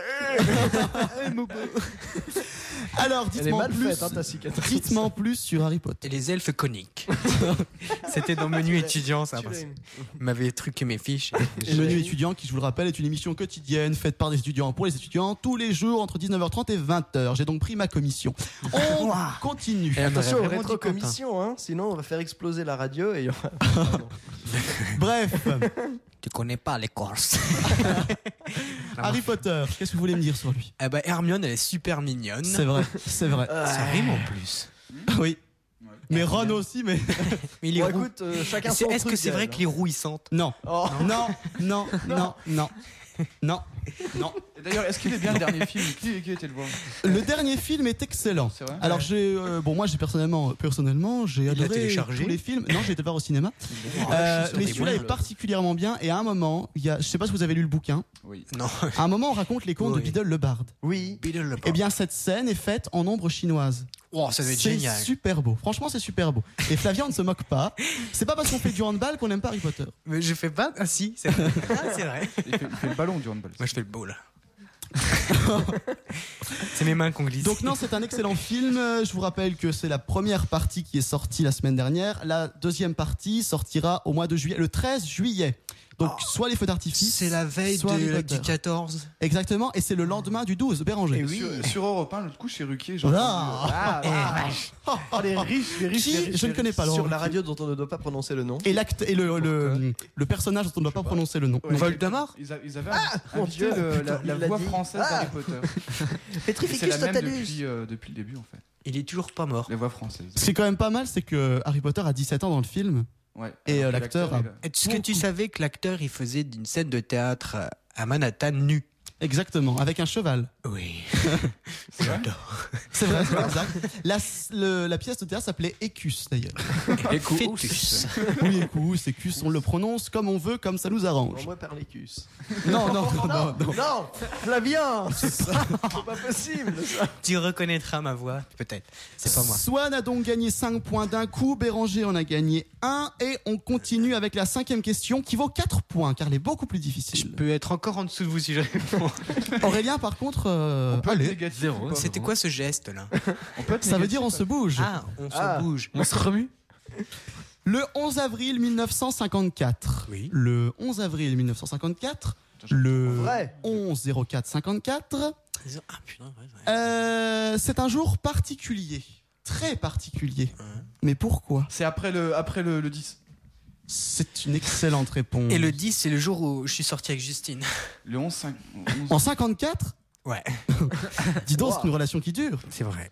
Alors, Elle est dites-moi mal plus. faite, hein, ta cicatrice. Dites-moi plus sur Harry Potter. Et les elfes coniques. C'était dans Menu étudiant, ça. Tu parce l'as- qu'il m'avait truqué mes fiches. Et Menu étudiant, qui je vous le rappelle, est une émission quotidienne faite par des étudiants pour les étudiants tous les jours entre dix-neuf heures trente et vingt heures. J'ai donc pris ma commission. On continue. Et on Attention aux aurait vraiment dit Quentin. rétro-commissions, hein, sinon on va faire exploser la radio et il y aura- Bref, Tu connais pas les Corses. Harry Potter, qu'est-ce que vous voulez me dire sur lui? Eh ben, Hermione, elle est super mignonne. C'est vrai, c'est vrai. Ça rime en plus. Oui. Mais Ron aussi, mais Mais il est Bon, roux. écoute, euh, chacun C'est- son Est-ce que truc, c'est vrai Gaël. que les roux ils sentent? non, Oh. non, non, non, non, non, non. Et d'ailleurs, est-ce qu'il est bien le dernier film? Qui, qui était le voir? Le dernier film est excellent. C'est vrai? Alors j'ai, euh, bon moi j'ai personnellement, personnellement j'ai l'a adoré téléchargé tous les films. Non, j'ai été le voir au cinéma. Oh, Euh, je suis mais sur des celui-là est boules. particulièrement bien. Et à un moment, il y a, je sais pas si vous avez lu le bouquin. Oui. Non. À un moment, on raconte les contes Oui. de Biddle le Barde. Oui. Eh bien, cette scène est faite en ombre chinoise. Oh, ça doit être C'est génial. super beau. Franchement, c'est super beau. Et Flavien, on ne se moque pas. C'est pas parce qu'on fait du handball qu'on n'aime pas Harry Potter. Mais je fais pas. Ah si, c'est vrai. Ah, c'est vrai. Il fait, il fait le ballon du handball. Moi je fais le beau là. C'est mes mains qu'on glisse. Donc non, c'est un excellent film. Euh, Je vous rappelle que c'est la première partie qui est sortie la semaine dernière. La deuxième partie sortira au mois de juillet, le treize juillet. Donc soit les feux d'artifice. C'est la veille soit Harry de- Potter. du quatorze. Exactement, et c'est le lendemain du douze, Béranger. Et oui. Sur, sur Europe un, l'autre coup, chez Ruquier, j'ai Ah. entendu, euh, Ah, Eh, ah. vache. Oh, les riches, les riches, Qui les riches, Je ne les connais riches. pas, Laurent. Sur la radio dont on ne doit pas prononcer le nom. Et, l'acte, et le, le, le personnage dont on ne doit pas prononcer le nom. Ouais. Voldemort. Ils, a- ils avaient mon invité Dieu, le- putain, la, la il l'a voix dit. française Ah. d'Harry Potter. Et c'est Petrificus la même Totalus. depuis, euh, depuis le début, en fait. Il est toujours pas mort. Les voix françaises. Ce qui est quand même pas mal, c'est que Harry Potter a dix-sept ans dans le film. Ouais. Et, Alors euh, que l'acteur a- il a- Est-ce que tu savais que l'acteur il faisait d'une scène de théâtre euh, à Manhattan nu? Exactement, avec un cheval. Oui. C'est vrai C'est vrai, c'est exact. La, le- la pièce de théâtre s'appelait Écus d'ailleurs. Fétus. Oui, Écus, Écus, on le prononce comme on veut, comme ça nous Bon, arrange. moi, par les cus. Non, non, non, non. non. Non, Flavien, c'est pas possible. Ça. Tu reconnaîtras ma voix, peut-être. C'est pas moi. Swan a donc gagné cinq points d'un coup, Béranger en a gagné un, et on continue avec la cinquième question qui vaut quatre points, car elle est beaucoup plus Je difficile. peux être encore en dessous de vous si je réponds. Aurélien, par contre, euh, On peut être allez, négatif Zéro. ou pas C'était quoi ce geste là? On peut être ça veut négatif, dire on se bouge. Ah, on Ah. se bouge. On se remue. Le onze avril mille neuf cent cinquante-quatre. Oui. Le onze avril mille neuf cent cinquante-quatre. Le Vrai. onze zéro quatre cinquante-quatre. Ah putain, ouais, ouais. Euh, c'est un jour particulier. Très particulier. Mais pourquoi? C'est après le, après le, le dix. C'est une excellente réponse. Et le dix, c'est le jour où je suis sorti avec Justine. Le onze cinq. En cinquante-quatre? Ouais, Dis donc, Wow. c'est une relation qui dure. c'est vrai.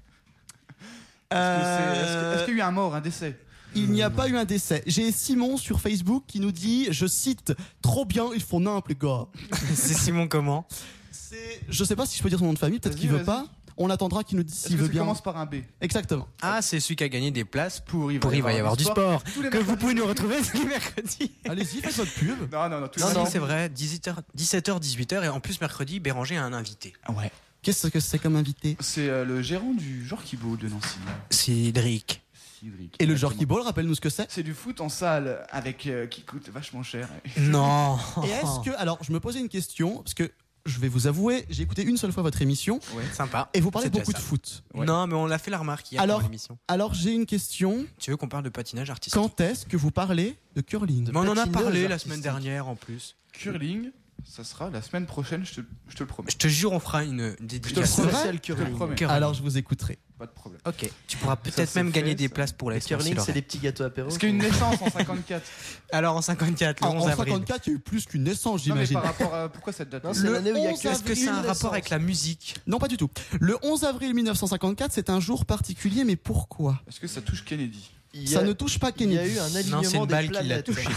Euh, Est-ce que- est-ce qu'il y a eu un mort, un décès? Il n'y a pas eu un décès. J'ai Simon sur Facebook qui nous dit, je cite, trop bien, ils font nimp les gars. C'est Simon comment? C'est, je sais pas si je peux dire son nom de famille, peut-être Vas-y, qu'il veut vas-y. pas. On attendra qu'il nous dise Est-ce s'il que veut ça bien. commence par un B? Exactement. Ah, c'est celui qui a gagné des places Pour y pour il va y avoir du sport. Tous les Que vous mercredis. pouvez nous retrouver tous les mercredis. Allez-y, faites votre pub. Non, non, non. tous les Non, non, mercredis. c'est vrai. dix-sept heures, dix-sept heures, dix-huit heures. Et en plus, mercredi, Béranger a un invité. Ouais. Qu'est-ce que c'est comme invité? C'est euh, le gérant du Jorki Ball de Nancy. Cédric. Cédric. Et le Exactement. Jorki Ball, rappelle-nous ce que c'est. C'est du foot en salle avec euh, qui coûte vachement cher. Non. Et est-ce que, alors, je me posais une question, parce que je vais vous avouer, j'ai écouté une seule fois votre émission, Sympa. et vous parlez C'est déjà beaucoup de ça. foot. Ouais. Non, mais on l'a fait la remarque hier Alors- dans l'émission. Alors, j'ai une question. Tu veux qu'on parle de patinage artistique? Quand est-ce que vous parlez de curling? Mais on en a patineuse parlé la artistique. semaine dernière en plus. Curling, ça sera la semaine prochaine, je te, je te le promets. Je te jure, on fera une Je te le dédicace. C'est vrai Spécial Je te le curling. promets. Curling. Alors, je vous écouterai. Pas de problème. Ok. Tu pourras peut-être c'est même fait, gagner des ça. places pour la Le curling, c'est les... les petits gâteaux apéro. Est-ce qu'il y a une naissance en cinquante-quatre? Alors en cinquante-quatre, le En, onze en avril. cinquante-quatre, il y a eu plus qu'une naissance, Non, mais j'imagine. par rapport à. Pourquoi cette date? Non, c'est Le l'année où il y a onze que Est-ce que c'est un avril, rapport avec la musique? Non, pas du tout. Le onze avril mille neuf cent cinquante-quatre, c'est un jour particulier, mais pourquoi? Est-ce que ça touche Kennedy? Il y a- Ça ne touche pas Il y a Kennedy. eu un Non, c'est alignement une des balle qui l'a planètes. touché.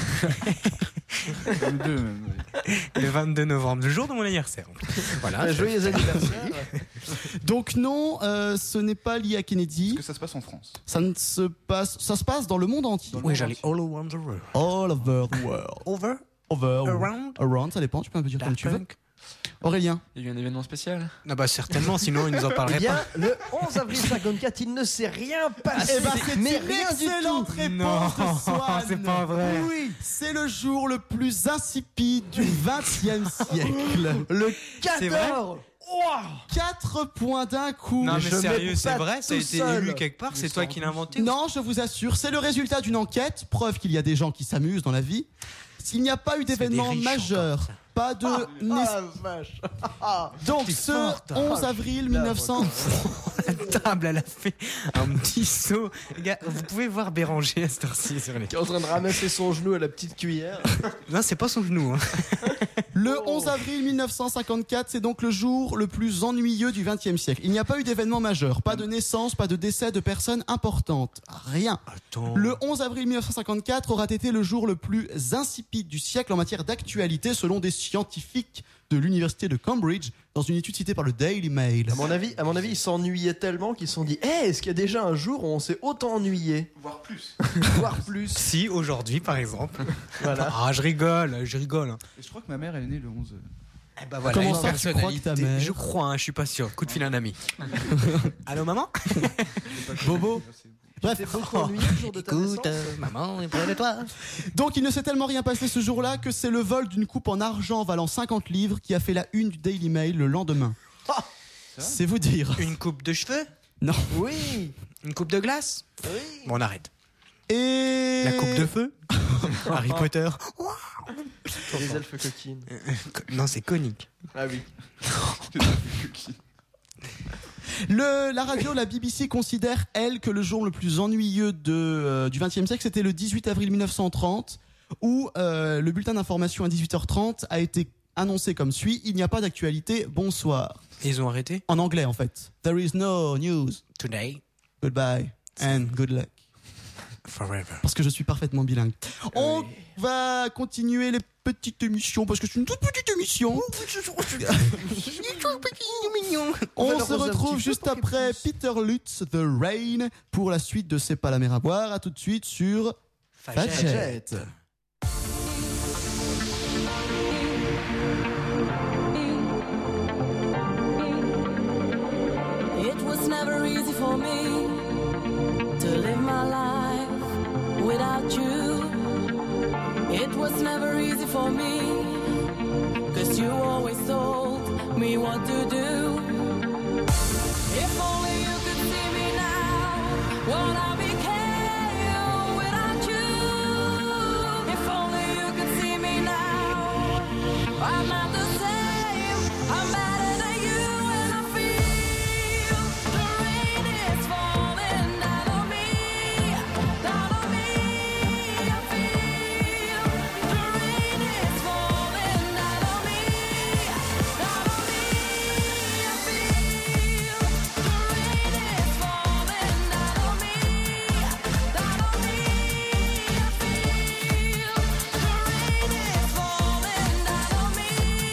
Les deux, même, ouais. Le vingt-deux novembre, le jour de mon anniversaire. Voilà. Un joyeux anniversaire. Donc non, euh, ce n'est pas lié à Kennedy. Est-ce que ça se passe en France? Ça ne se passe, ça se passe dans le monde entier. Dans le Oui, monde j'allais entier. all around the world. All over the world. Over? Over. Around? Around, ça dépend. Tu peux un peu dire comme Daft tu veux. Punk? Aurélien. Il y a eu un événement spécial. Ah bah certainement, sinon il nous en Eh parlerait bien, pas. le onze avril cinquante-quatre, il ne s'est rien passé. Eh ben, c'est mais une rien du excellente tout. réponse Non, de Swan. c'est pas vrai. Oui, c'est le jour le plus insipide du vingtième siècle. Le C'est vrai quatorze. Quatre points d'un coup. Non mais je sérieux, mets c'est pas vrai, ça a tout été seul. élu quelque part, c'est toi qui l'as inventé? Non, je vous assure, c'est le résultat d'une enquête, preuve qu'il y a des gens qui s'amusent dans la vie. S'il n'y a pas eu d'événement des riches majeur, encore, ça. pas de... Ah naiss- la vache. Donc t'es ce forte. onze avril mille neuf cents... La table, elle a fait un petit saut. Les gars, vous pouvez voir Béranger à cette heure-ci sur les... Qui est en train de ramasser son genou à la petite cuillère. Non, c'est pas son genou. Hein. Le Oh. onze avril mille neuf cent cinquante-quatre, c'est donc le jour le plus ennuyeux du vingtième siècle. Il n'y a pas eu d'événement majeur, pas de naissance, pas de décès de personnes importantes. Rien. Attends. Le onze avril mille neuf cent cinquante-quatre aura été le jour le plus insipide du siècle en matière d'actualité selon des scientifiques de l'université de Cambridge dans une étude citée par le Daily Mail. À mon avis, à mon avis, ils s'ennuyaient tellement qu'ils se sont dit hey, est-ce qu'il y a déjà un jour où on s'est autant ennuyé, Voire plus. voire plus. Si, aujourd'hui, par exemple. Voilà. Ah, je rigole, je rigole. hein. Et je crois que ma mère, elle est née le onze. Eh ben voilà, Comment une ça, tu crois que ta personnalité. mère- Je crois, hein, je suis pas sûr. Coup de fil à un ami. Allô, maman? Bobo. Bref, T'es beaucoup ennuyé le jour de ta naissance. Écoute, euh, maman est près de toi. donc il ne s'est tellement rien passé ce jour-là que c'est le vol d'une coupe en argent valant cinquante livres qui a fait la une du Daily Mail le lendemain. Ah, C'est vous dire. Une coupe de cheveux? Non. oui, Une coupe de glace? oui. Bon, on arrête. Et La coupe de feu? Harry Potter? Les elfes coquines. Non, c'est conique. Ah oui. Le, la radio, la B B C considère, elle, que le jour le plus ennuyeux de, euh, du vingtième siècle, c'était le dix-huit avril mille neuf cent trente, où euh, le bulletin d'information à dix-huit heures trente a été annoncé comme suit: il n'y a pas d'actualité, bonsoir. Et ils ont arrêté? En anglais, en fait. There is no news. Today. Goodbye and good luck. Forever. Parce que je suis parfaitement bilingue. On va continuer les petites émissions, parce que c'est une toute petite émission. On se retrouve juste après Peter Lutz, The Rain, pour la suite de C'est pas la mer à boire. À tout de suite sur Fadjet. It was never easy for me to live my life without you. It was never easy for me, 'cause you always told me what to do. If only you could see me now, what I became without you. If only you could see me now, I'm not the same, I'm better than you, and I feel the rain is falling down on me, down on me. I feel the rain is falling down on me, down on me. I feel the rain is falling down on me, down on me. I feel the rain is falling down on me,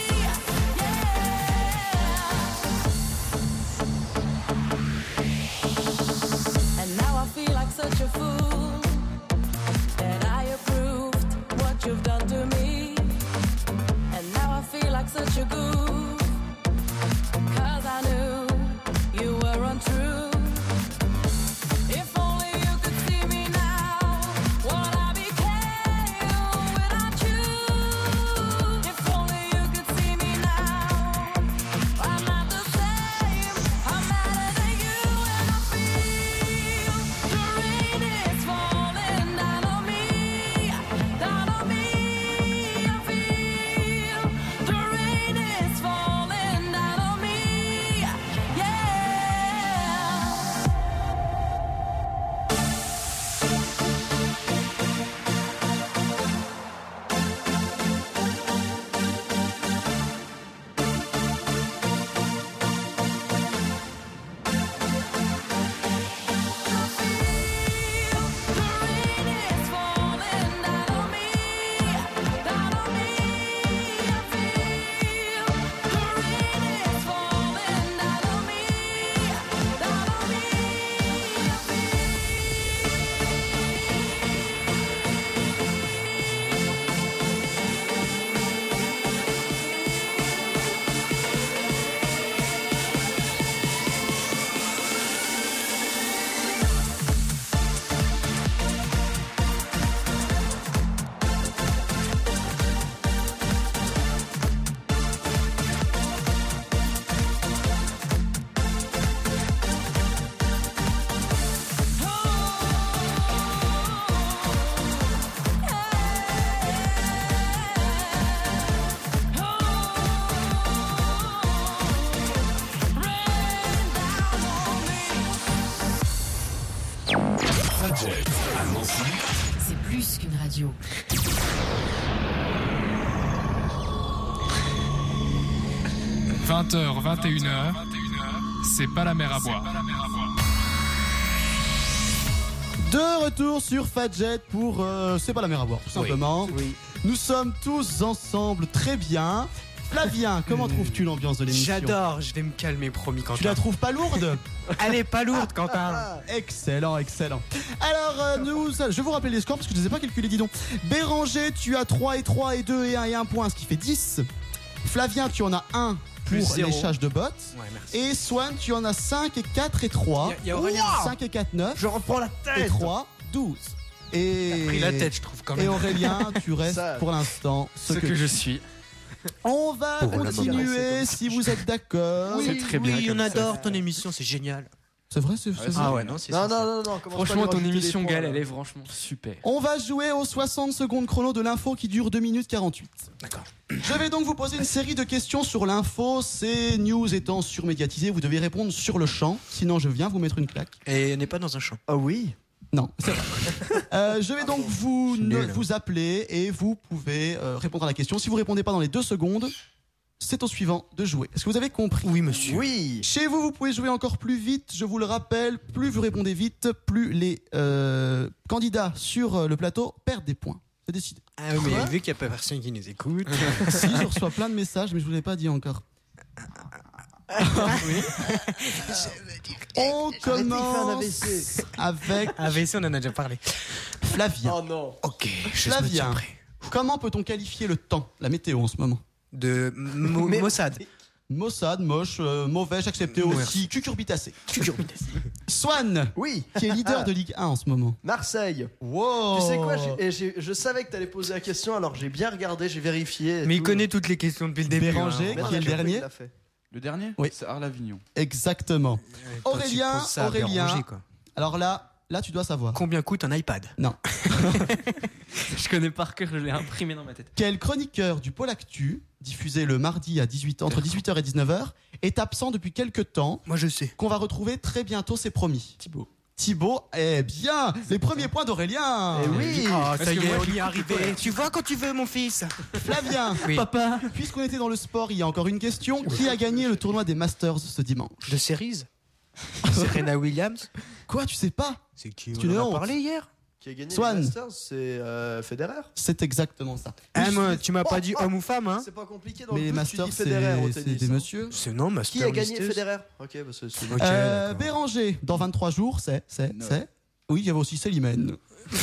yeah. And now I feel like such a fool that I approved what you've done to me. And now I feel like such a goof, 'cause I knew you were untrue. If only you could see me now, what I became without you. If only you could see me now, I'm not the same, I'm better than you, and I feel the rain is falling down on me, down on me. I feel the rain is falling down on me, yeah. Fadjet à Nancy. C'est plus qu'une radio. vingt heures, vingt et une heures, c'est pas la mer à boire. De retour sur Fadjet pour euh, C'est pas la mer à boire, tout simplement. Oui. Nous sommes tous ensemble très bien. Flavien, comment trouves-tu l'ambiance de l'émission? J'adore, je vais me calmer, promis, Quentin. Tu la trouves pas lourde? Elle est pas lourde, Quentin. Excellent, excellent. Alors, euh, nous, je vais vous rappeler les scores parce que je ne les ai pas calculés, dis donc. Béranger, tu as trois et trois et deux et un et un point, ce qui fait dix. Flavien, tu en as un pour Plus zéro. léchage de bottes. Ouais, merci. Et Swan, tu en as cinq et quatre et trois. Il y a- il y a Aurélien. cinq et quatre, neuf. Je reprends la Et tête. trois, douze. Et... T'as pris la tête, je trouve, quand même. Et Aurélien, tu restes Ça. pour l'instant ce, Ce que je suis. On va Pour la continuer bonne si vous êtes d'accord. C'est très bien Oui, comme on ça. adore ton émission, c'est génial. C'est vrai, c'est, c'est Ah vrai. ouais, non, c'est Non, ça. non, non, non, commence Franchement, pas à ton lui rajouter émission, des points, Gal, là. elle est franchement super. On va jouer aux soixante secondes chrono de l'info qui dure deux minutes quarante-huit. D'accord. Je vais donc vous poser une série de questions sur l'info. Ces news étant surmédiatisées, vous devez répondre sur le champ. Sinon, je viens vous mettre une claque. Et on n'est pas dans un champ. Ah oui. Non, c'est vrai. Euh, je vais donc vous, Nul. ne- vous appeler et vous pouvez euh, répondre à la question. Si vous répondez pas dans les deux secondes, c'est au suivant de jouer. Est-ce que vous avez compris? Oui, monsieur. Oui. Chez vous, vous pouvez jouer encore plus vite. Je vous le rappelle, plus vous répondez vite, plus les euh, candidats sur euh, le plateau perdent des points. C'est décidé. Ah oui, mais vu qu'il n'y a pas personne qui nous écoute. Si, je reçois plein de messages, mais je vous l'ai pas dit encore. On Arrêtez, il fait un A commence V C. avec A V C, on en a déjà parlé. Flavien. Oh non. Ok, je me Flavien, tiens prêt. comment peut-on qualifier le temps, la météo en ce moment? De Mo- Mais- Mossad. Maussade, moche, euh, mauvais, j'acceptais aussi. Merci. Cucurbitacé. Swan, Oui. qui est leader de Ligue un en ce moment. Marseille. Wow. Tu sais quoi, j'ai- et j'ai- je savais que t'allais poser la question, alors j'ai bien regardé, j'ai vérifié. et Mais il tout. connaît toutes les questions depuis le début. Béranger, hein. Mais non, qui est le à chaque fois, dernier il l'a fait. Le dernier Oui. C'est Arles-Avignon. Exactement. Toi, tu Aurélien, poses ça à Aurélien. Béranger, quoi. Alors là, là, tu dois savoir. Combien coûte un iPad? Non. Je connais par cœur, je l'ai imprimé dans ma tête. Quel chroniqueur du Pôle Actu, diffusé le mardi à dix-huit heures, entre dix-huit heures et dix-neuf heures, est absent depuis quelques temps, Moi, je sais. qu'on va retrouver très bientôt, c'est promis? Thibaut. Thibaut, eh bien, les premiers points d'Aurélien. Eh oui. Ah, ça que y est, moi, on y est arrivé. Tu vois quand tu veux, mon fils. Flavien, Oui. papa, puisqu'on était dans le sport, il y a encore une question. Qui a gagné le tournoi des Masters ce dimanche? De Cerise. Serena Williams. Quoi, tu sais pas? C'est qui Tu on en n'es a honte. parlé hier. Qui a gagné Swan. les Masters, c'est euh, Federer. C'est exactement ça. Ah, Oui, moi, tu m'as pas Oh, dit oh. homme ou femme, hein? C'est pas compliqué dans mais le les doute, tu Masters, dis Federer au c'est c'est tennis. des hein. messieurs. C'est non, Master. Qui a gagné Masters. Federer? Ok, bah c'est. c'est- Ok, Euh, d'accord. Béranger, dans vingt-trois jours, c'est, c'est, Non. c'est. Oui, il y avait aussi Célimène.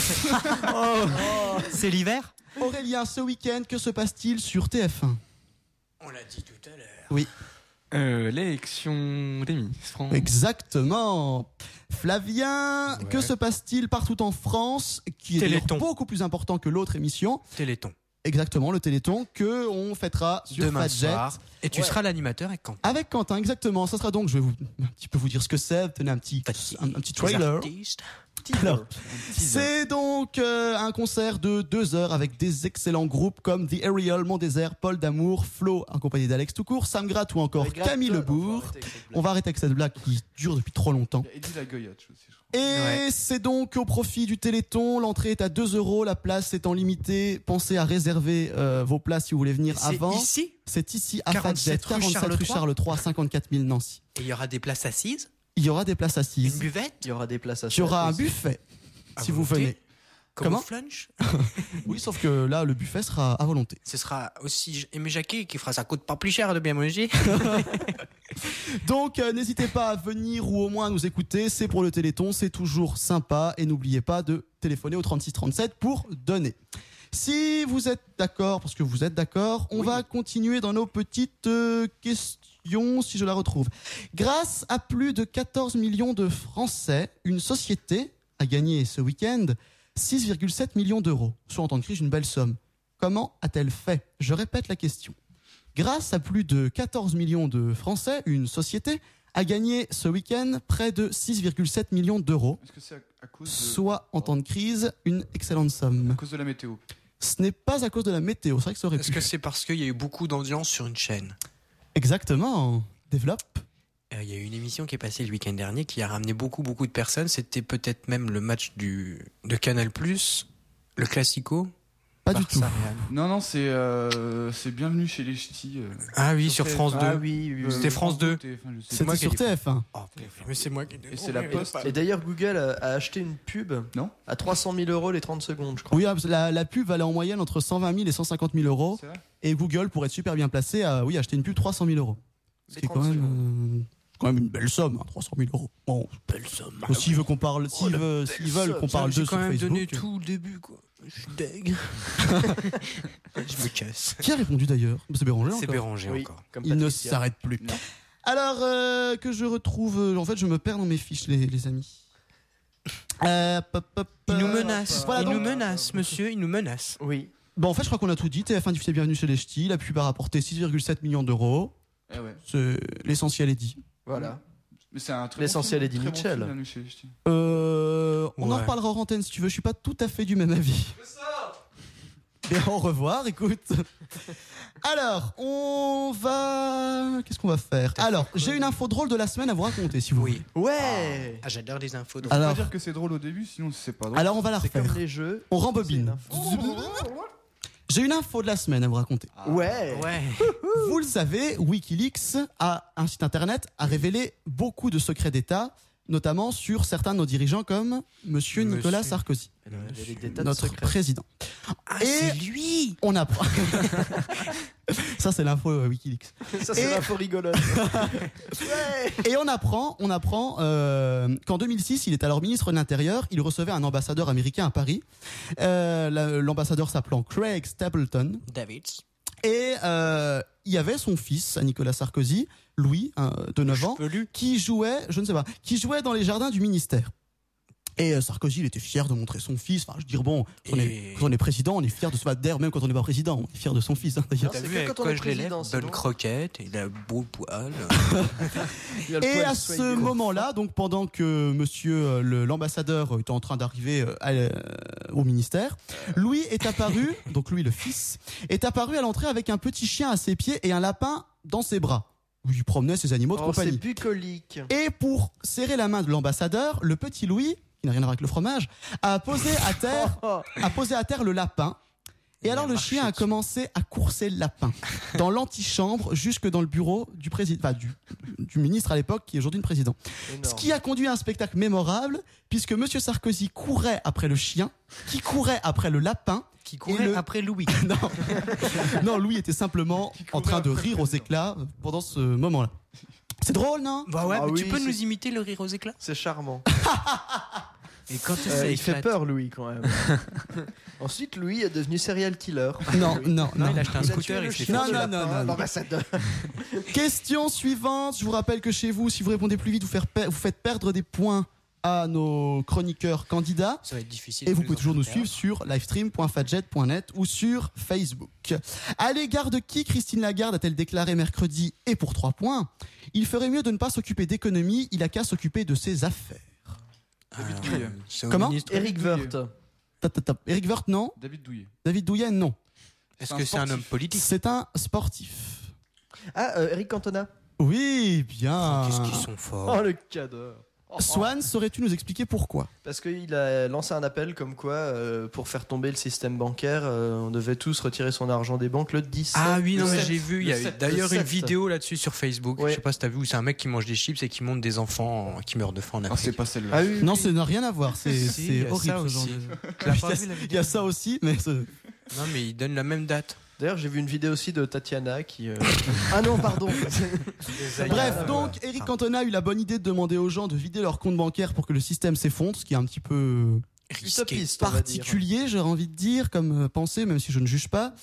C'est l'hiver. Aurélien, ce week-end, que se passe-t-il sur T F un? On l'a dit tout à l'heure. Oui, Euh, L'élection des Miss France. exactement. Flavien, Ouais. que se passe-t-il partout en France, qui est d'ailleurs Téléthon. beaucoup plus important que l'autre émission? Téléthon. Exactement, le Téléthon que on fêtera sur Demain Fadjet. soir. Et tu Ouais. seras l'animateur avec Quentin. Avec Quentin, exactement. Ça sera donc, je vais vous un petit peu vous dire ce que c'est. Tenez un petit, un, un petit trailer. Artistes. Alors, c'est donc euh, un concert de deux heures avec des excellents groupes comme The Aerial, Mon Désert, Paul Damour, Flo, accompagné d'Alex Toucourt, Sam Gratt ou encore Avec Graton, Camille enfin, Lebourg. faut arrêter avec cette blague. On va arrêter avec cette blague qui dure depuis trop longtemps. Il y a Eddie Lagoyat aussi, je crois. Et Ouais. c'est donc au profit du Téléthon. L'entrée est à deux euros, la place étant limitée. Pensez à réserver euh, vos places si vous voulez venir C'est avant. ici. C'est ici à quarante-sept Fadjet, rue quarante-sept rue Charles-trois. Charles trois, cinquante-quatre mille Nancy. Et il y aura des places assises. Il y aura des places Une assises. buvette. Il y aura des places à Il y aura un aussi. buffet À si vous volonté. venez. Comme Comment au flunch. Oui, sauf que là, le buffet sera à volonté. Ce sera aussi Aimé Jacquet qui fera ça coûte pas plus cher de bien manger. Donc, euh, n'hésitez pas à venir ou au moins à nous écouter. C'est pour le Téléthon, c'est toujours sympa. Et n'oubliez pas de téléphoner au trente-six trente-sept pour donner. Si vous êtes d'accord, parce que vous êtes d'accord, on va continuer dans nos petites euh, questions, si je la retrouve. Grâce à plus de quatorze millions de Français, une société a gagné ce week-end six virgule sept millions d'euros, soit en temps de crise une belle somme. Comment a-t-elle fait? Je répète la question. Grâce à plus de quatorze millions de Français, une société a gagné ce week-end près de six virgule sept millions d'euros, Est-ce que c'est à, à cause de... soit en temps de crise une excellente à somme. cause de la météo? Ce n'est pas à cause de la météo, c'est vrai que ça aurait Est-ce pu. que c'est parce qu'il y a eu beaucoup d'audience sur une chaîne? Exactement, développe. Euh, Il y a eu une émission qui est passée le week-end dernier qui a ramené beaucoup beaucoup de personnes. C'était peut-être même le match du de Canal+, le Classico. Pas du tout. Barça Real. Non, non, c'est euh, c'est Bienvenue chez les Ch'tis. euh, Ah oui, sur T F un. France deux. Ah oui, oui, oui. C'était France deux. T F un, je sais C'était moi qui ai sur dit. T F un. Oh, mais c'est moi qui. Et c'est la Poste. Et d'ailleurs, Google a, a acheté une pub Non à trois cent mille euros les trente secondes, je crois. Oui, ah, parce que la, la pub valait en moyenne entre cent vingt mille et cent cinquante mille euros. C'est vrai. Et Google, pour être super bien placé, a oui, acheté une pub trois cent mille euros. Ce Les qui est quand trente même, euh, quand même une belle somme, hein, trois cent mille euros. Bon, Belle somme. bon, s'ils veulent qu'on parle, s'ils veulent, s'ils veulent qu'on parle J'ai d'eux quand sur même Facebook. donné tout le début, quoi. Je suis deg. Je me casse. Qui a répondu d'ailleurs? C'est Béranger C'est encore. Béranger Oui, encore. comme Il ne Patricia. s'arrête plus. Non. Alors euh, que je retrouve, euh, en fait, je me perds dans mes fiches, les, les amis. Euh, pop, pop, Il nous euh, menace. Voilà, il donc- nous menace, monsieur. Il nous menace. Oui. Bon, en fait, je crois qu'on a tout dit. T F un diffusé Bienvenue chez les Ch'tis. La pub a rapporté six virgule sept millions d'euros. Eh ouais. C'est- L'essentiel est dit. Voilà. Mais c'est un très L'essentiel bon est dit film, très bon Mitchell. film, Lanu Cherichty. Euh, on en Ouais. reparlera en antenne si tu veux. Je suis pas tout à fait du même avis. Et au revoir, écoute. Alors, on va. Qu'est-ce qu'on va faire? Alors, j'ai une info drôle de la semaine à vous raconter, si vous Oui. voulez. Ouais. Ah, j'adore les infos. Faut pas Alors, dire que c'est drôle au début, sinon c'est pas drôle. alors on va la C'est refaire. comme les jeux. On C'est rembobine. une info. J'ai une info de la semaine à vous raconter. Ouais. Ouais. Vous le savez, Wikileaks a un site internet a révélé beaucoup de secrets d'État, notamment sur certains de nos dirigeants comme Monsieur Monsieur. Nicolas Sarkozy, Elle a révélé des tas de notre secrets. président. Ah, Et- c'est lui. On apprend. Ça c'est l'info euh, Wikileaks. Ça, c'est Et- l'info rigolote. Ouais. Et on apprend, on apprend euh, qu'en deux mille six, il est alors ministre de l'Intérieur. Il recevait un ambassadeur américain à Paris. Euh, la- L'ambassadeur s'appelant Craig Stapleton. David. Et euh, il y avait son fils, à Nicolas Sarkozy, Louis, hein, de neuf ans, Chevelu. qui jouait, je ne sais pas, qui jouait dans les jardins du ministère. Et euh, Sarkozy, il était fier de montrer son fils. Enfin, je veux dire, bon, quand, on Et- est, quand on est président, on est fier de se battre d'air, même quand on n'est pas président. On est fier de son fils, hein, d'ailleurs. T'as c'est vu que avec quand on quoi est je l'élève? président, Bonne sinon. croquette, il a beau poil. Il y a le Et poil à swag. ce moment-là, donc pendant que monsieur euh, le- l'ambassadeur était en train d'arriver euh, à, euh, au ministère, Louis est apparu, donc Louis le fils, est apparu à l'entrée avec un petit chien à ses pieds et un lapin dans ses bras, où il promenait ses animaux de Oh, c'est compagnie. bucolique. Et pour serrer la main de l'ambassadeur, le petit Louis, qui n'a rien à voir avec le fromage, a posé à terre, Oh, a posé à terre le lapin. Et Il alors a le marché chien a dessus. commencé à courser le lapin dans l'antichambre jusque dans le bureau du président, enfin, du, du ministre à l'époque qui est aujourd'hui le président. énorme. Ce qui a conduit à un spectacle mémorable puisque Monsieur Sarkozy courait après le chien, qui courait après le lapin. Qui courait le- après Louis. Non, non, Louis était simplement en train de rire aux éclats pendant ce moment-là. C'est drôle, non? Bah ouais, Ah mais oui, tu peux c'est- nous imiter le rire aux éclats? C'est charmant. Et quand Euh, il fait peur, Louis, quand même. Ensuite, Louis est devenu serial killer. Non, non, Non, non. il a acheté un Il a tué scooter le et s'est chien Non, du non, lapin, non, non. l'ambassadeur. Question suivante. Je vous rappelle que chez vous, si vous répondez plus vite, vous, faire per- vous faites perdre des points à nos chroniqueurs candidats. Ça va être difficile. Et de vous les pouvez toujours nous en faire. suivre sur livestream point fadjet point net ou sur Facebook. À l'égard de qui Christine Lagarde a-t-elle déclaré mercredi, et pour trois points, il ferait mieux de ne pas s'occuper d'économie, il a qu'à s'occuper de ses affaires. David Euh, Douillet. c'est au Comment ministre. Eric Douillet. Woerth. Tap, tap, tap. Eric Woerth, non. David Douillet. David Douillet, non. Est-ce un que c'est un sportif. homme politique? C'est un sportif. Ah, euh, Eric Cantona. Oui, bien. Qu'est-ce qu'ils sont forts. Oh, le cadre. Swan, saurais-tu nous expliquer pourquoi? Parce qu'il a lancé un appel comme quoi, euh, pour faire tomber le système bancaire, euh, on devait tous retirer son argent des banques le dix. Ah oui, non, Le mais sept. j'ai vu. Il y a Le eu sept. d'ailleurs Le une sept. vidéo là-dessus sur Facebook. Ouais. Je sais pas si t'as vu, où c'est un mec qui mange des chips et qui monte des enfants qui meurent de faim en Ah, Afrique. c'est pas celle-là. Ah oui, Non, oui. ça n'a rien à voir. C'est Si, c'est il y a horrible ça ce genre aussi. de. Tu l'as pas vu, la Il y vidéo? a ça aussi, mais ce- Non, mais il donne la même date. D'ailleurs, j'ai vu une vidéo aussi de Tatiana qui. euh, ah non, pardon. Bref, donc Eric Cantona a eu la bonne idée de demander aux gens de vider leur compte bancaire pour que le système s'effondre, ce qui est un petit peu Risqué. Utopiste, on va dire. particulier, j'aurais envie de dire, comme euh, pensée, même si je ne juge pas.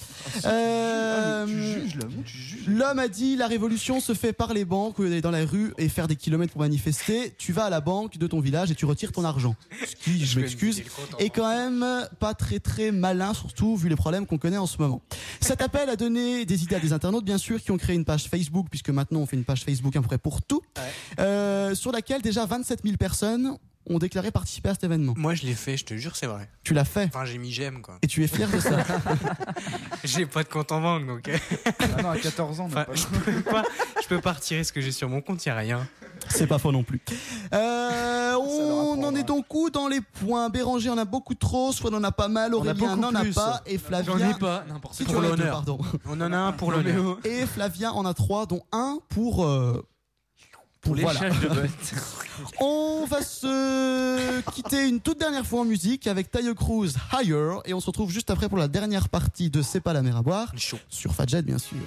Euh, Ah, mais tu juges là, moi, tu juges. L'homme a dit la révolution se fait par les banques, au lieu d'aller dans la rue et faire des kilomètres pour manifester. Tu vas à la banque de ton village et tu retires ton argent. Ce qui, je m'excuse, est quand même pas très très malin, surtout vu les problèmes qu'on connaît en ce moment. Cet appel a donné des idées à des internautes, bien sûr, qui ont créé une page Facebook, puisque maintenant on fait une page Facebook à peu près pour tout, euh, sur laquelle déjà vingt-sept mille personnes ont déclaré participer à cet événement. Moi, je l'ai fait, je te jure, c'est vrai. Tu l'as fait Enfin, j'ai mis j'aime, quoi. et tu es fier de ça. J'ai pas de compte en banque, donc. euh, Ah non, à quatorze ans, on n'a Enfin, pas je peux pas, je peux pas retirer ce que j'ai sur mon compte, y a rien. C'est pas faux non plus. Euh, leur on apprendra. en est donc où dans les points? Béranger en a beaucoup trop, soit on en a pas mal, a Aurélien beaucoup n'en a plus. pas, et Flavien... J'en ai pas, n'importe Si quoi. tu en Pour as deux, l'honneur. pardon. On en a un pour l'honneur. Et Flavien en a trois, dont un pour... euh, Pour les voilà. chefs de botte. On va se quitter une toute dernière fois en musique avec Tayo Cruz, Higher, et on se retrouve juste après pour la dernière partie de C'est pas la mer à boire, Chaud. sur Fadjet bien sûr.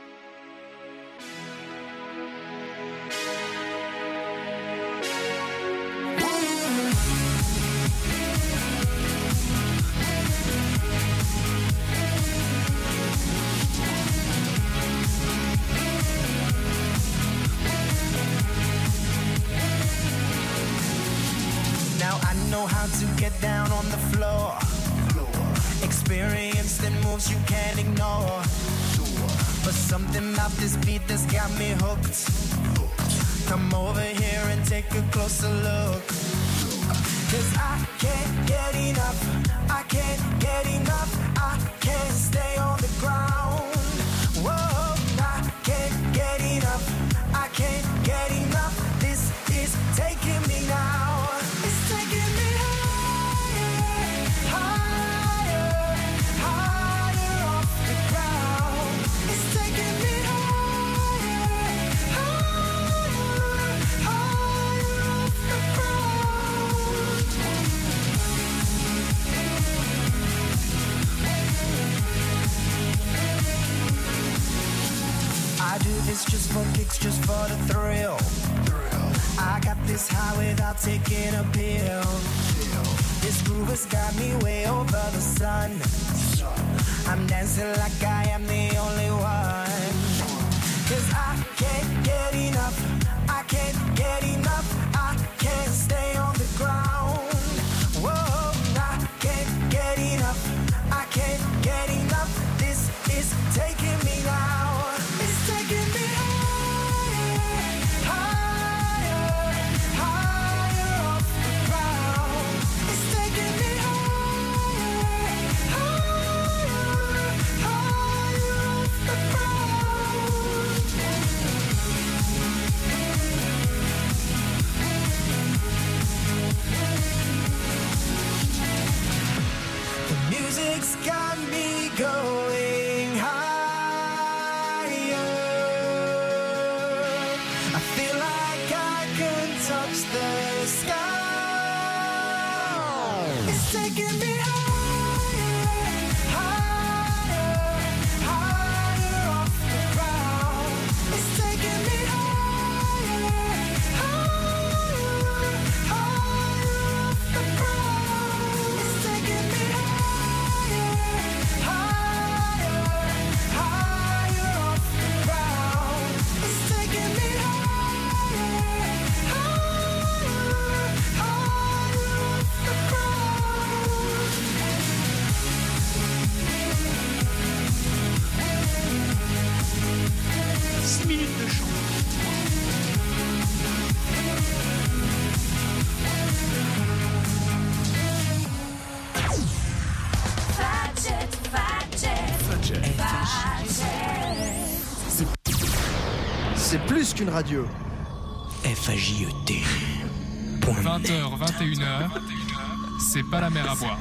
Now I know how to get down on the floor. Experienced in moves you can't ignore. But something about this beat that's got me hooked. Come over here and take a closer look. Cause I can't get enough, I can't get enough, I can't stay on the ground. Whoa, I can't get enough, I can't get enough. This is taking me now. It's taking me higher, higher, higher off the ground. It's taking me higher, higher, higher off the ground. I do this just for kicks, just for the thrill. I got this high without taking a pill. This groove has got me way over the sun. I'm dancing like I am the only one. Cause I can't get enough, I can't get enough, I can't stay on the ground. Whoa, I can't get enough, I can't get enough. This is taking me now. It's taking me higher, higher, higher off the ground. It's taking me higher, higher, higher off the ground. The music's got me going higher. I feel like I can touch the sky. It's taking me higher, higher, higher off the ground. It's taking me higher, higher, higher off the ground. It's taking me higher, higher, higher off the ground. It's taking me higher, higher, higher off the ground. six minutes de chant. Fadjet, Fadjet, Fadjet. C'est plus qu'une radio. F A J E T. vingt heures, vingt et une heures, c'est pas la mer à boire.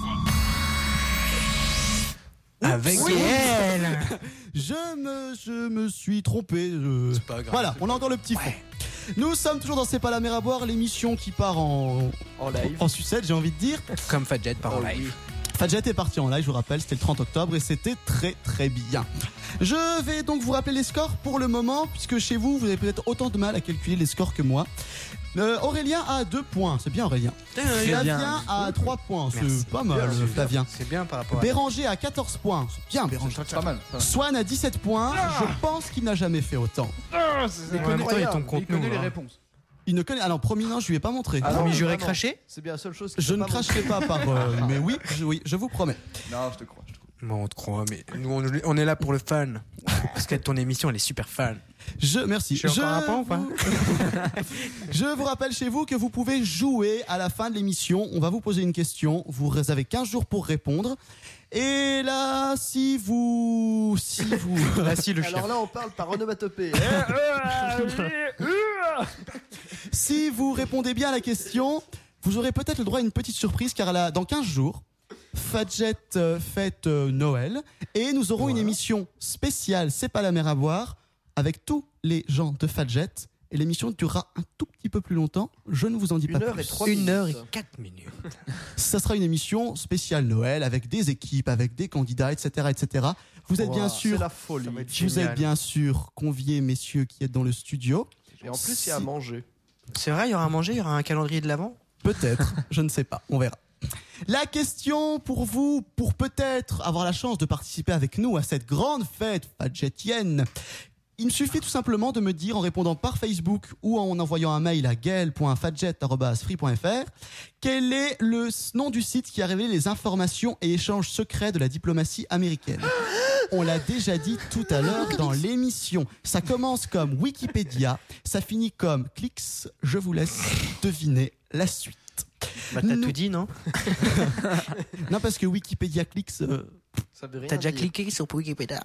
Avec Oui. elle. Je me, je me suis trompé. je- C'est pas grave. Voilà, on a encore le petit fond. Nous sommes toujours dans C'est pas la mer à boire, l'émission qui part en, En live. en sucette, j'ai envie de dire. Comme Fadjet par en Oh, live. Fadjet est parti en live, je vous rappelle, c'était le trente octobre et c'était très très bien. Je vais donc vous rappeler les scores pour le moment, puisque chez vous, vous avez peut-être autant de mal à calculer les scores que moi. Euh, Aurélien a deux points, c'est bien Aurélien. Flavien a trois points, c'est Merci. pas mal Bien, Flavien. C'est bien par rapport à. Béranger a quatorze points, c'est bien Béranger. Pas mal. pas mal. Swan a dix-sept points, je pense qu'il n'a jamais fait autant. Il En même connaît, temps, il tombe il contre connaît nous, les hein. réponses. Il ne connaît. Alors, promis, non, je lui ai pas montré. Ah non, Promis, juré, vraiment. craché. C'est bien la seule chose. qu'il Je peut ne pas cracherai pas par. euh, mais oui je, oui, je vous promets. Non, je te crois. Je te crois. Bon, on te croit, mais nous, on, on est là pour le fan. Parce que ton émission, elle est super fan. Je, merci. Je suis encore un pan ou pas vous- Je vous rappelle chez vous que vous pouvez jouer à la fin de l'émission. On va vous poser une question. Vous avez quinze jours pour répondre. Et là, si vous. Si vous. Là, si, le chien. Alors là, on parle par onomatopée. Si vous répondez bien à la question, vous aurez peut-être le droit à une petite surprise car là, dans quinze jours, Fadjet euh, fête euh, Noël et nous aurons une émission spéciale C'est pas la mer à boire avec tous les gens de Fadjet et l'émission durera un tout petit peu plus longtemps. Je ne vous en dis Une pas heure plus. et trois Une minutes. heure et quatre minutes. Ça sera une émission spéciale Noël avec des équipes, avec des candidats, et cetera, et cetera. Vous êtes Wow, bien C'est sûr, la folie. Ça va être vous génial. êtes bien sûr conviés, messieurs qui êtes dans le studio. Et en plus, il y a à Si- manger. C'est vrai, il y aura à manger, il y aura un calendrier de l'avant. Peut-être, je ne sais pas, on verra. La question pour vous, pour peut-être avoir la chance de participer avec nous à cette grande fête fadjetienne, il me suffit tout simplement de me dire en répondant par Facebook ou en envoyant un mail à gaël point fadjet arobase free point f r quel est le nom du site qui a révélé les informations et échanges secrets de la diplomatie américaine. on l'a déjà dit tout à l'heure dans l'émission. Ça commence comme Wikipédia, ça finit comme Clix. Je vous laisse deviner la suite. Bah, t'as Nous- tout dit, non? Non, parce que Wikipédia Clix... euh, Ça veut rien T'as déjà dire. cliqué sur Wikipédia?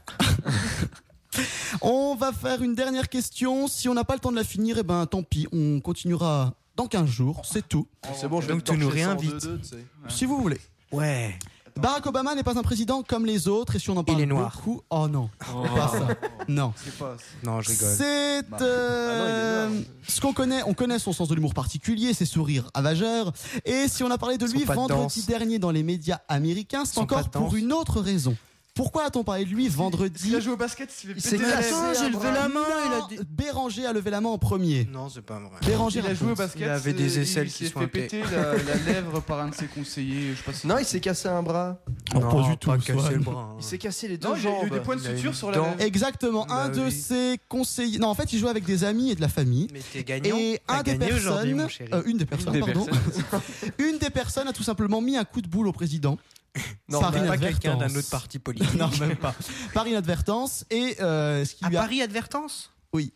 On va faire une dernière question. Si on n'a pas le temps de la finir, eh ben tant pis, on continuera dans quinze jours, c'est tout. C'est bon, je vais Donc te tu nous torcher ça en réinvites. deux deux, tu sais. Si vous voulez. Ouais. Barack Obama n'est pas un président comme les autres, et si on en parle Il est noir. beaucoup... Oh non, pas ça. Non. C'est pas. Non, je rigole. C'est Bah. euh, Ah non, il est ce qu'on connaît. On connaît son sens de l'humour particulier, ses sourires ravageurs. Et si on a parlé de Son lui pas de vendredi danse. dernier dans les médias américains, c'est Son encore pas de danse. pour une autre raison. Pourquoi a-on parlé de lui vendredi? Il a joué au basket, il s'est fait Il péter s'est la cassé tête. un j'ai levé bras. la main, il a Non, dit- Béranger a levé la main en premier. Non, c'est pas vrai. Béranger Il a joué au raconte. basket. Il avait des euh, aisselles il qui s'est sont fait impé- péter la, la lèvre par un de ses conseillers. Je sais pas si. Non, il s'est cassé un bras. Oh, Non, pas du tout, cassé Swan. le bras. hein. Il s'est cassé les deux Non, il y a eu jambes. des points de Il a une suture sur la dent. lèvre. Exactement. Bah un de oui. ses conseillers. Non, en fait, il jouait avec des amis et de la famille. Mais t'es gagnant. Et T'as un des gagné aujourd'hui, personnes, mon chéri. euh, une des personnes, des pardon, personnes. une des personnes a tout simplement mis un coup de boule au président. Non, par mais pas inadvertance. quelqu'un d'un autre parti politique. Non, même pas. Par inadvertance. Et euh, ce qui À lui a, Paris Advertence?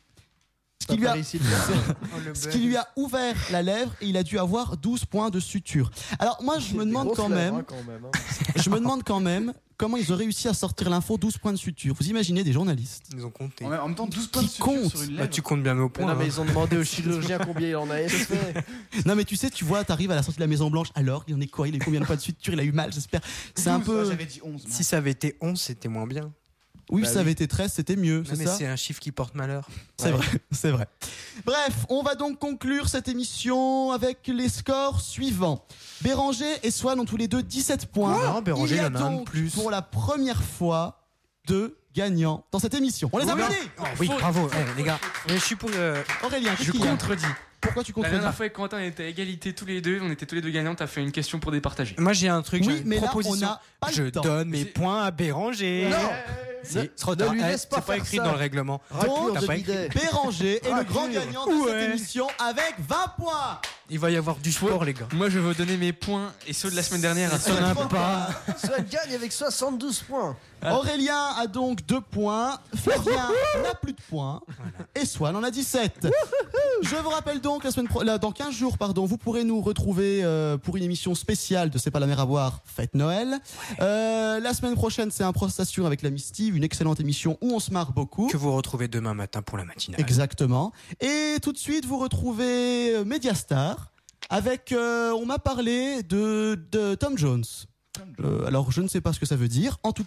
ce qui lui a, Paris Hilton. Oh, le ce bug. qui lui a ouvert la lèvre et il a dû avoir douze points de suture. Alors moi, je me Des demande grosses quand lèvres, même, hein, quand même, hein. je me demande quand même comment ils ont réussi à sortir l'info douze points de suture. Vous imaginez des journalistes Ils ont compté. En même en même temps, douze points de Qui suture compte sur une Bah, lèvre. tu comptes bien au Mais point. non, mais hein. ils ont demandé au chirurgien combien il en avait fait. Non mais tu sais, tu vois, t'arrives à la sortie de la Maison Blanche. Alors, il en est quoi? Il a eu combien de points de suture? Il a eu mal, j'espère. C'est un douze, peu. ouais, J'avais dit onze. Si ça avait été onze, c'était moins bien. Oui, Bah ça oui. avait été treize, c'était mieux. Non, C'est mais ça. c'est un chiffre qui porte malheur. C'est vrai, c'est vrai. Bref, on va donc conclure cette émission avec les scores suivants. Béranger et Swan ont tous les deux dix-sept points. Non, Béranger, il y a il en a un de donc plus. pour la première fois deux gagnants dans cette émission. On les Oui. applaudit. Oh, oui, bravo, eh, les gars. Mais je suis pour le. Aurélien, qu'est-ce Je qu'il y a? contredis. Pourquoi tu La contredis? dernière fois avec Quentin, on était à égalité tous les deux. On était tous les deux gagnants. T'as fait une question pour départager. Moi, j'ai un truc, j'ai Oui, une mais là, on proposition. n'a pas je le temps. donne mes C'est- points à Béranger. Non. Si, Ne- trop ne tard. lui Eh, laisse pas c'est pas faire écrit ça. dans le règlement. Raclure T'as de pas bidet. Béranger est le Raclure. grand gagnant de Ouais. cette émission avec vingt points. Il va y avoir du sport, les gars. Moi, je veux donner mes points et ceux de la semaine dernière à Ça ceux n'a pas. Swan gagne avec soixante-douze points. Aurélien a donc deux points, Flavien n'a plus de points et Swan en a dix-sept. Je vous rappelle donc, la semaine pro- là, dans quinze jours, pardon, vous pourrez nous retrouver euh, pour une émission spéciale de C'est pas la mer à boire, fête Noël. Euh, la semaine prochaine, c'est Improstation avec la Miss Steve, une excellente émission où on se marre beaucoup. Que vous retrouvez demain matin pour la matinale. Exactement. Et tout de suite, vous retrouvez euh, Mediastar avec, euh, on m'a parlé de, de Tom Jones. Euh, alors, je ne sais pas ce que ça veut dire. En tout